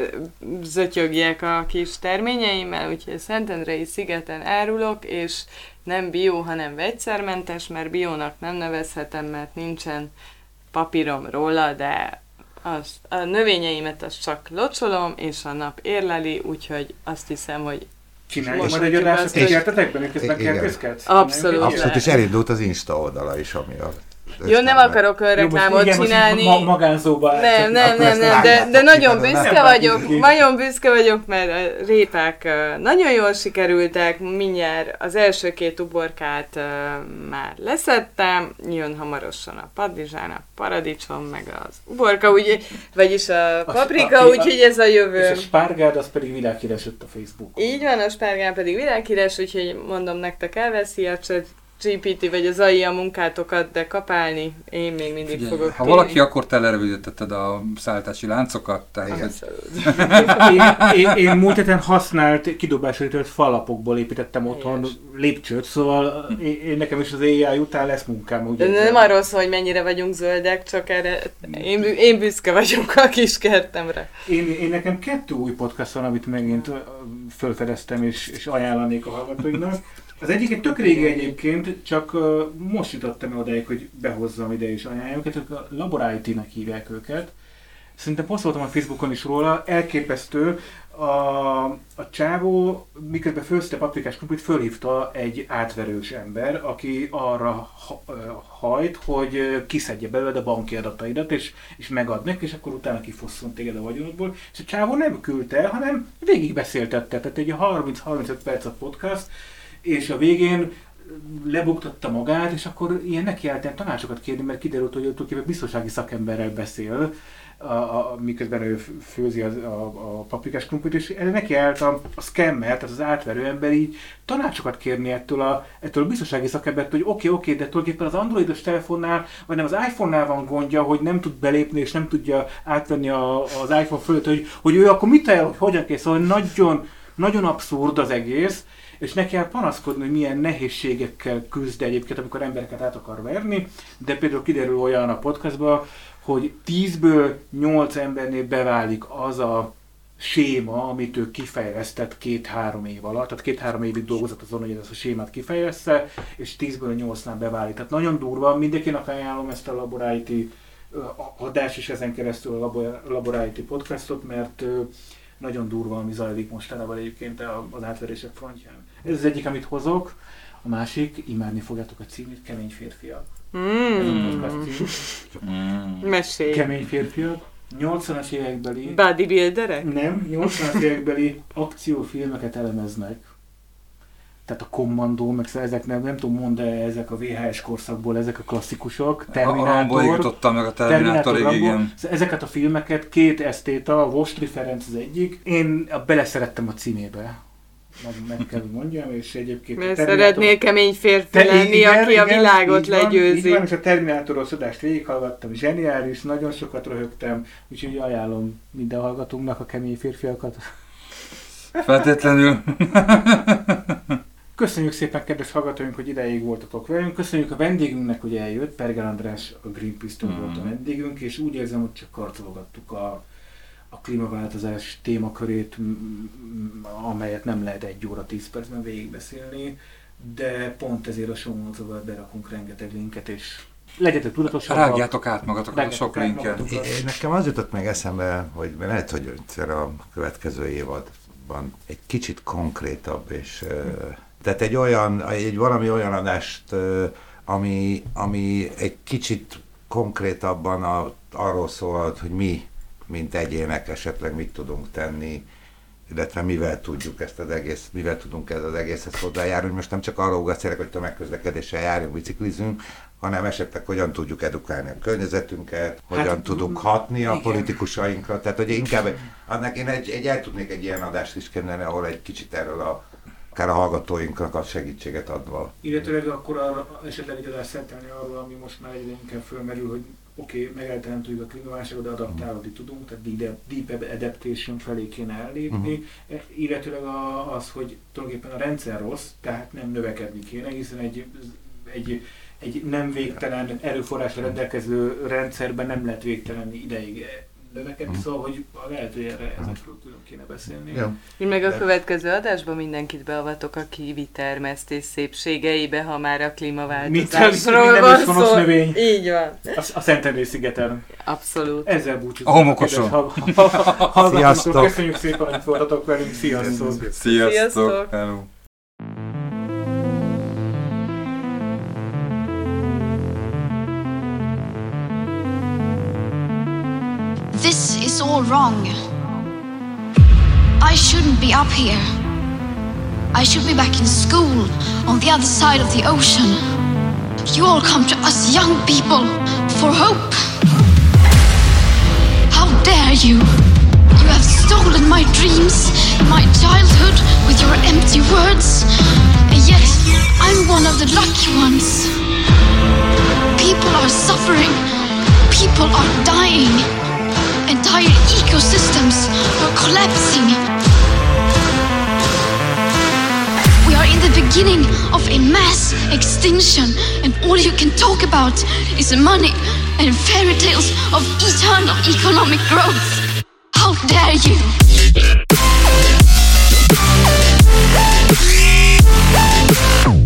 bezötyögjek a kis terményeimmel, úgyhogy Szentendrei szigeten árulok, és nem bió, hanem vegyszermentes, mert biónak nem nevezhetem, mert nincsen papírom róla, de azt, a növényeimet azt csak locsolom, és a nap érleli, úgyhogy azt hiszem, hogy Csináljuk Most majd egy mondjuk adást azt, a hogy- kertetekben, miközben Igen. kertészkedsz? Abszolút. Abszolút, és elindult az Insta oldala is, ami a jó, nem akarok Jó, most reklámot igen, most csinálni. ma- magánzóba Nem, álltok. nem, akkor nem, ezt nem, de, vágjátok de ki nagyon belőle. büszke Nem vagyok, vágjuk ki. nagyon büszke vagyok, mert a répák ö, nagyon jól sikerültek, mindjárt az első két uborkát ö, már leszettem, jön hamarosan a padlizsán, a paradicsom, meg az uborka, úgy, vagyis a paprika, a- úgyhogy ez a És jövő. a spárgád, az pedig világhíres lett a Facebookon. Így van, a spárgán pedig világhíres, úgyhogy mondom nektek, elveszi a chat gé pé té vagy az á i a munkátokat, de kapálni én még mindig Figyelj, fogok ha kérni. valaki, akkor te lerövidítetted a szállítási láncokat, tehát Igen. ez- én, én, én múlt héten használt, kidobásra ítélt falapokból építettem otthon Helyes. lépcsőt, szóval én, én nekem is az á i után lesz munkám. Úgy De érzem. nem arról szól, hogy mennyire vagyunk zöldek, csak erre én, bü- én büszke vagyok a kis kertemre. Én, én nekem kettő új podcast van, amit megint ö, fölfedeztem és, és ajánlanék a hallgatóinknak. Az egyik egy tök régi egyébként, csak uh, most jutottam el odáig, hogy behozzam ide és ajánljam őket, ők a Labority-nek hívják őket. Szerintem posztoltam a Facebookon is róla, elképesztő. A, a csávó, miközben főzte paprikás krumplit, fölhívta egy átverős ember, aki arra ha, hajt, hogy kiszedje belőled a banki adataidat, és, és megad neki, és akkor utána kifosszon téged a vagyonodból. És a csávó nem küldte el, hanem végigbeszéltette. Tehát egy harminc-harmincöt perc a podcast, és a végén lebuktatta magát, és akkor ilyen nekiálltán tanácsokat kérni, mert kiderült, hogy tulajdonképpen biztonsági szakemberrel beszél, a, a, miközben ő főzi a, a, a paprikás krumplit, és neki állt a, a scammer, tehát az átverő ember így tanácsokat kérni ettől a, ettől a biztonsági szakembertől, hogy oké, okay, oké, okay, de tulajdonképpen az androidos telefonnál, vagy nem az iPhone-nál van gondja, hogy nem tud belépni, és nem tudja átvenni a, az iPhone fölött, hogy, hogy ő akkor mit el, hogy hogyan kész, szóval nagyon, nagyon abszurd az egész, és neki kell panaszkodni, hogy milyen nehézségekkel küzd egyébként, amikor embereket át akar verni, de például kiderül olyan a podcastban, hogy tízből nyolc embernél beválik az a séma, amit ő kifejlesztett két-három év alatt, tehát két-három évig dolgozott azon, hogy ezt a sémát kifejleszte, és tízből nyolcnál beválik. Tehát nagyon durva, mindenkinek ajánlom ezt a Labority adás és ezen keresztül a Labority podcastot, mert nagyon durva, ami zajlik mostanában egyébként az átverések frontján. Ez az egyik, amit hozok, a másik, imádni fogjátok a címét, Kemény férfiak. Mm. Ez a podcast cím. Mm. Mesélj. Kemény férfiak. nyolcvanas évekbeli... Bodybuilderek? Nem, nyolcvanas évekbeli akciófilmeket elemeznek. Tehát a Kommandó, meg ezek nem, nem tudom mondani, ezek a vé há es korszakból, ezek a klasszikusok. Terminátor. A Rambo jutottam meg a Terminátorig, igen. Ezeket a filmeket két esztéta, a Vostri Ferenc az egyik. Én beleszerettem a címébe. Meg, meg kell mondjam, és egyébként... Mert szeretnél kemény férfi lenni, igen, aki igen, a világot így legyőzi. Van, így van, és a Terminátoros adást végighallgattam, zseniális, nagyon sokat röhögtem, úgyhogy ajánlom minden hallgatónknak a kemény férfiakat. Feltétlenül. Köszönjük szépen, kedves hallgatóink, hogy ideig voltatok velünk. Köszönjük a vendégünknek, hogy eljött. Pergel András, a Greenpeace-től mm. volt a vendégünk, és úgy érzem, hogy csak karcolgattuk a, a klímaváltozás témakörét, amelyet nem lehet egy óra tíz percben végigbeszélni, de pont ezért a show-notes-ba berakunk rengeteg linket, és legyetek tudatosabbak. Rágjátok át magatokat a sok linket. Nekem az jutott meg eszembe, hogy lehet, hogy egyszer a következő évadban egy kicsit konkrétabb, és hmm. tehát egy olyan, egy valami olyan adást, ami, ami egy kicsit konkrétabban a, arról szól, hogy mi, mint egyének esetleg mit tudunk tenni, illetve mivel tudjuk ezt az egész, mivel tudunk ez az egészhez hozzájárulni. Most nem csak arról beszélek, hogy tömegközlekedéssel járjunk, biciklizünk, hanem esetleg hogyan tudjuk edukálni a környezetünket, hogyan hát, tudunk hatni a igen. politikusainkra. Tehát, hogy inkább, annak én egy, egy el tudnék egy ilyen adást is kezdeni, ahol egy kicsit erről a akár a hallgatóinknak a segítséget adva. Illetőleg akkor arra, esetleg egy adást szentelni arról, ami most már egyre inkább fölmerül, hogy oké, okay, megállítani tudjuk a klímaválságot, de adaptálódni tudunk, tehát deep adaptation felé kéne ellépni. Uh-huh. Illetőleg az, hogy tulajdonképpen a rendszer rossz, tehát nem növekedni kéne, hiszen egy, egy, egy nem végtelen erőforrásra rendelkező rendszerben nem lehet végtelen ideig növekedni, uh-huh. szóval, hogy a lehető erre ezekről külön kéne beszélni. Ja. Én meg a de... következő adásban mindenkit beavatok a kiwi termesztés szépségeibe, ha már a klímaváltozásról van szó. Növény. Így van. A, a Szentendrei-szigeten. Abszolút. Ezzel búcsúzunk. A homokoson. Ha, ha, ha, ha, Sziasztok. Köszönjük szépen, hogy voltatok velünk. Sziasztok. Sziasztok. Sziasztok. Hello. This is all wrong. I shouldn't be up here. I should be back in school on the other side of the ocean. You all come to us young people for hope. How dare you? You have stolen my dreams, my childhood with your empty words. And yet, I'm one of the lucky ones. People are suffering. People are dying. Entire ecosystems are collapsing. We are in the beginning of a mass extinction, and all you can talk about is money and fairy tales of eternal economic growth. How dare you!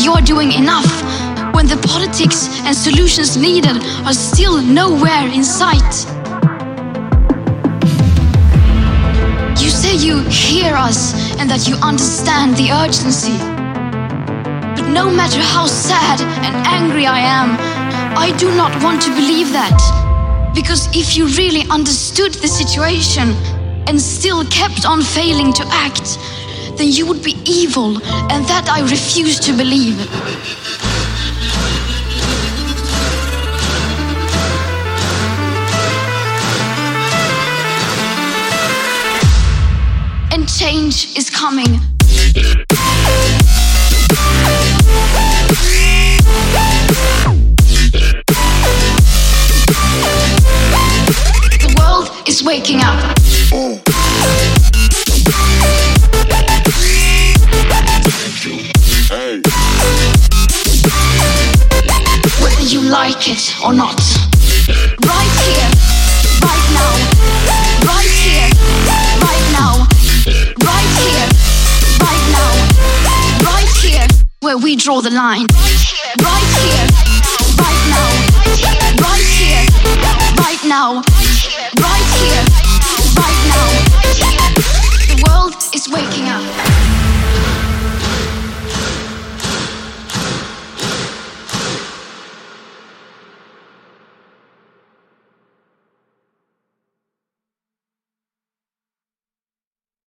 you're doing enough when the politics and solutions needed are still nowhere in sight. You say you hear us and that you understand the urgency. But no matter how sad and angry I am, I do not want to believe that. Because if you really understood the situation and still kept on failing to act, then you would be evil, and that I refuse to believe. And change is coming. The world is waking up. Whether you like it or not. Right here, right now. Right here, right now. Right here, right now. Right here, where we draw the line. Right here, right now. Right here, right now. Right here, right now. The world is waking up.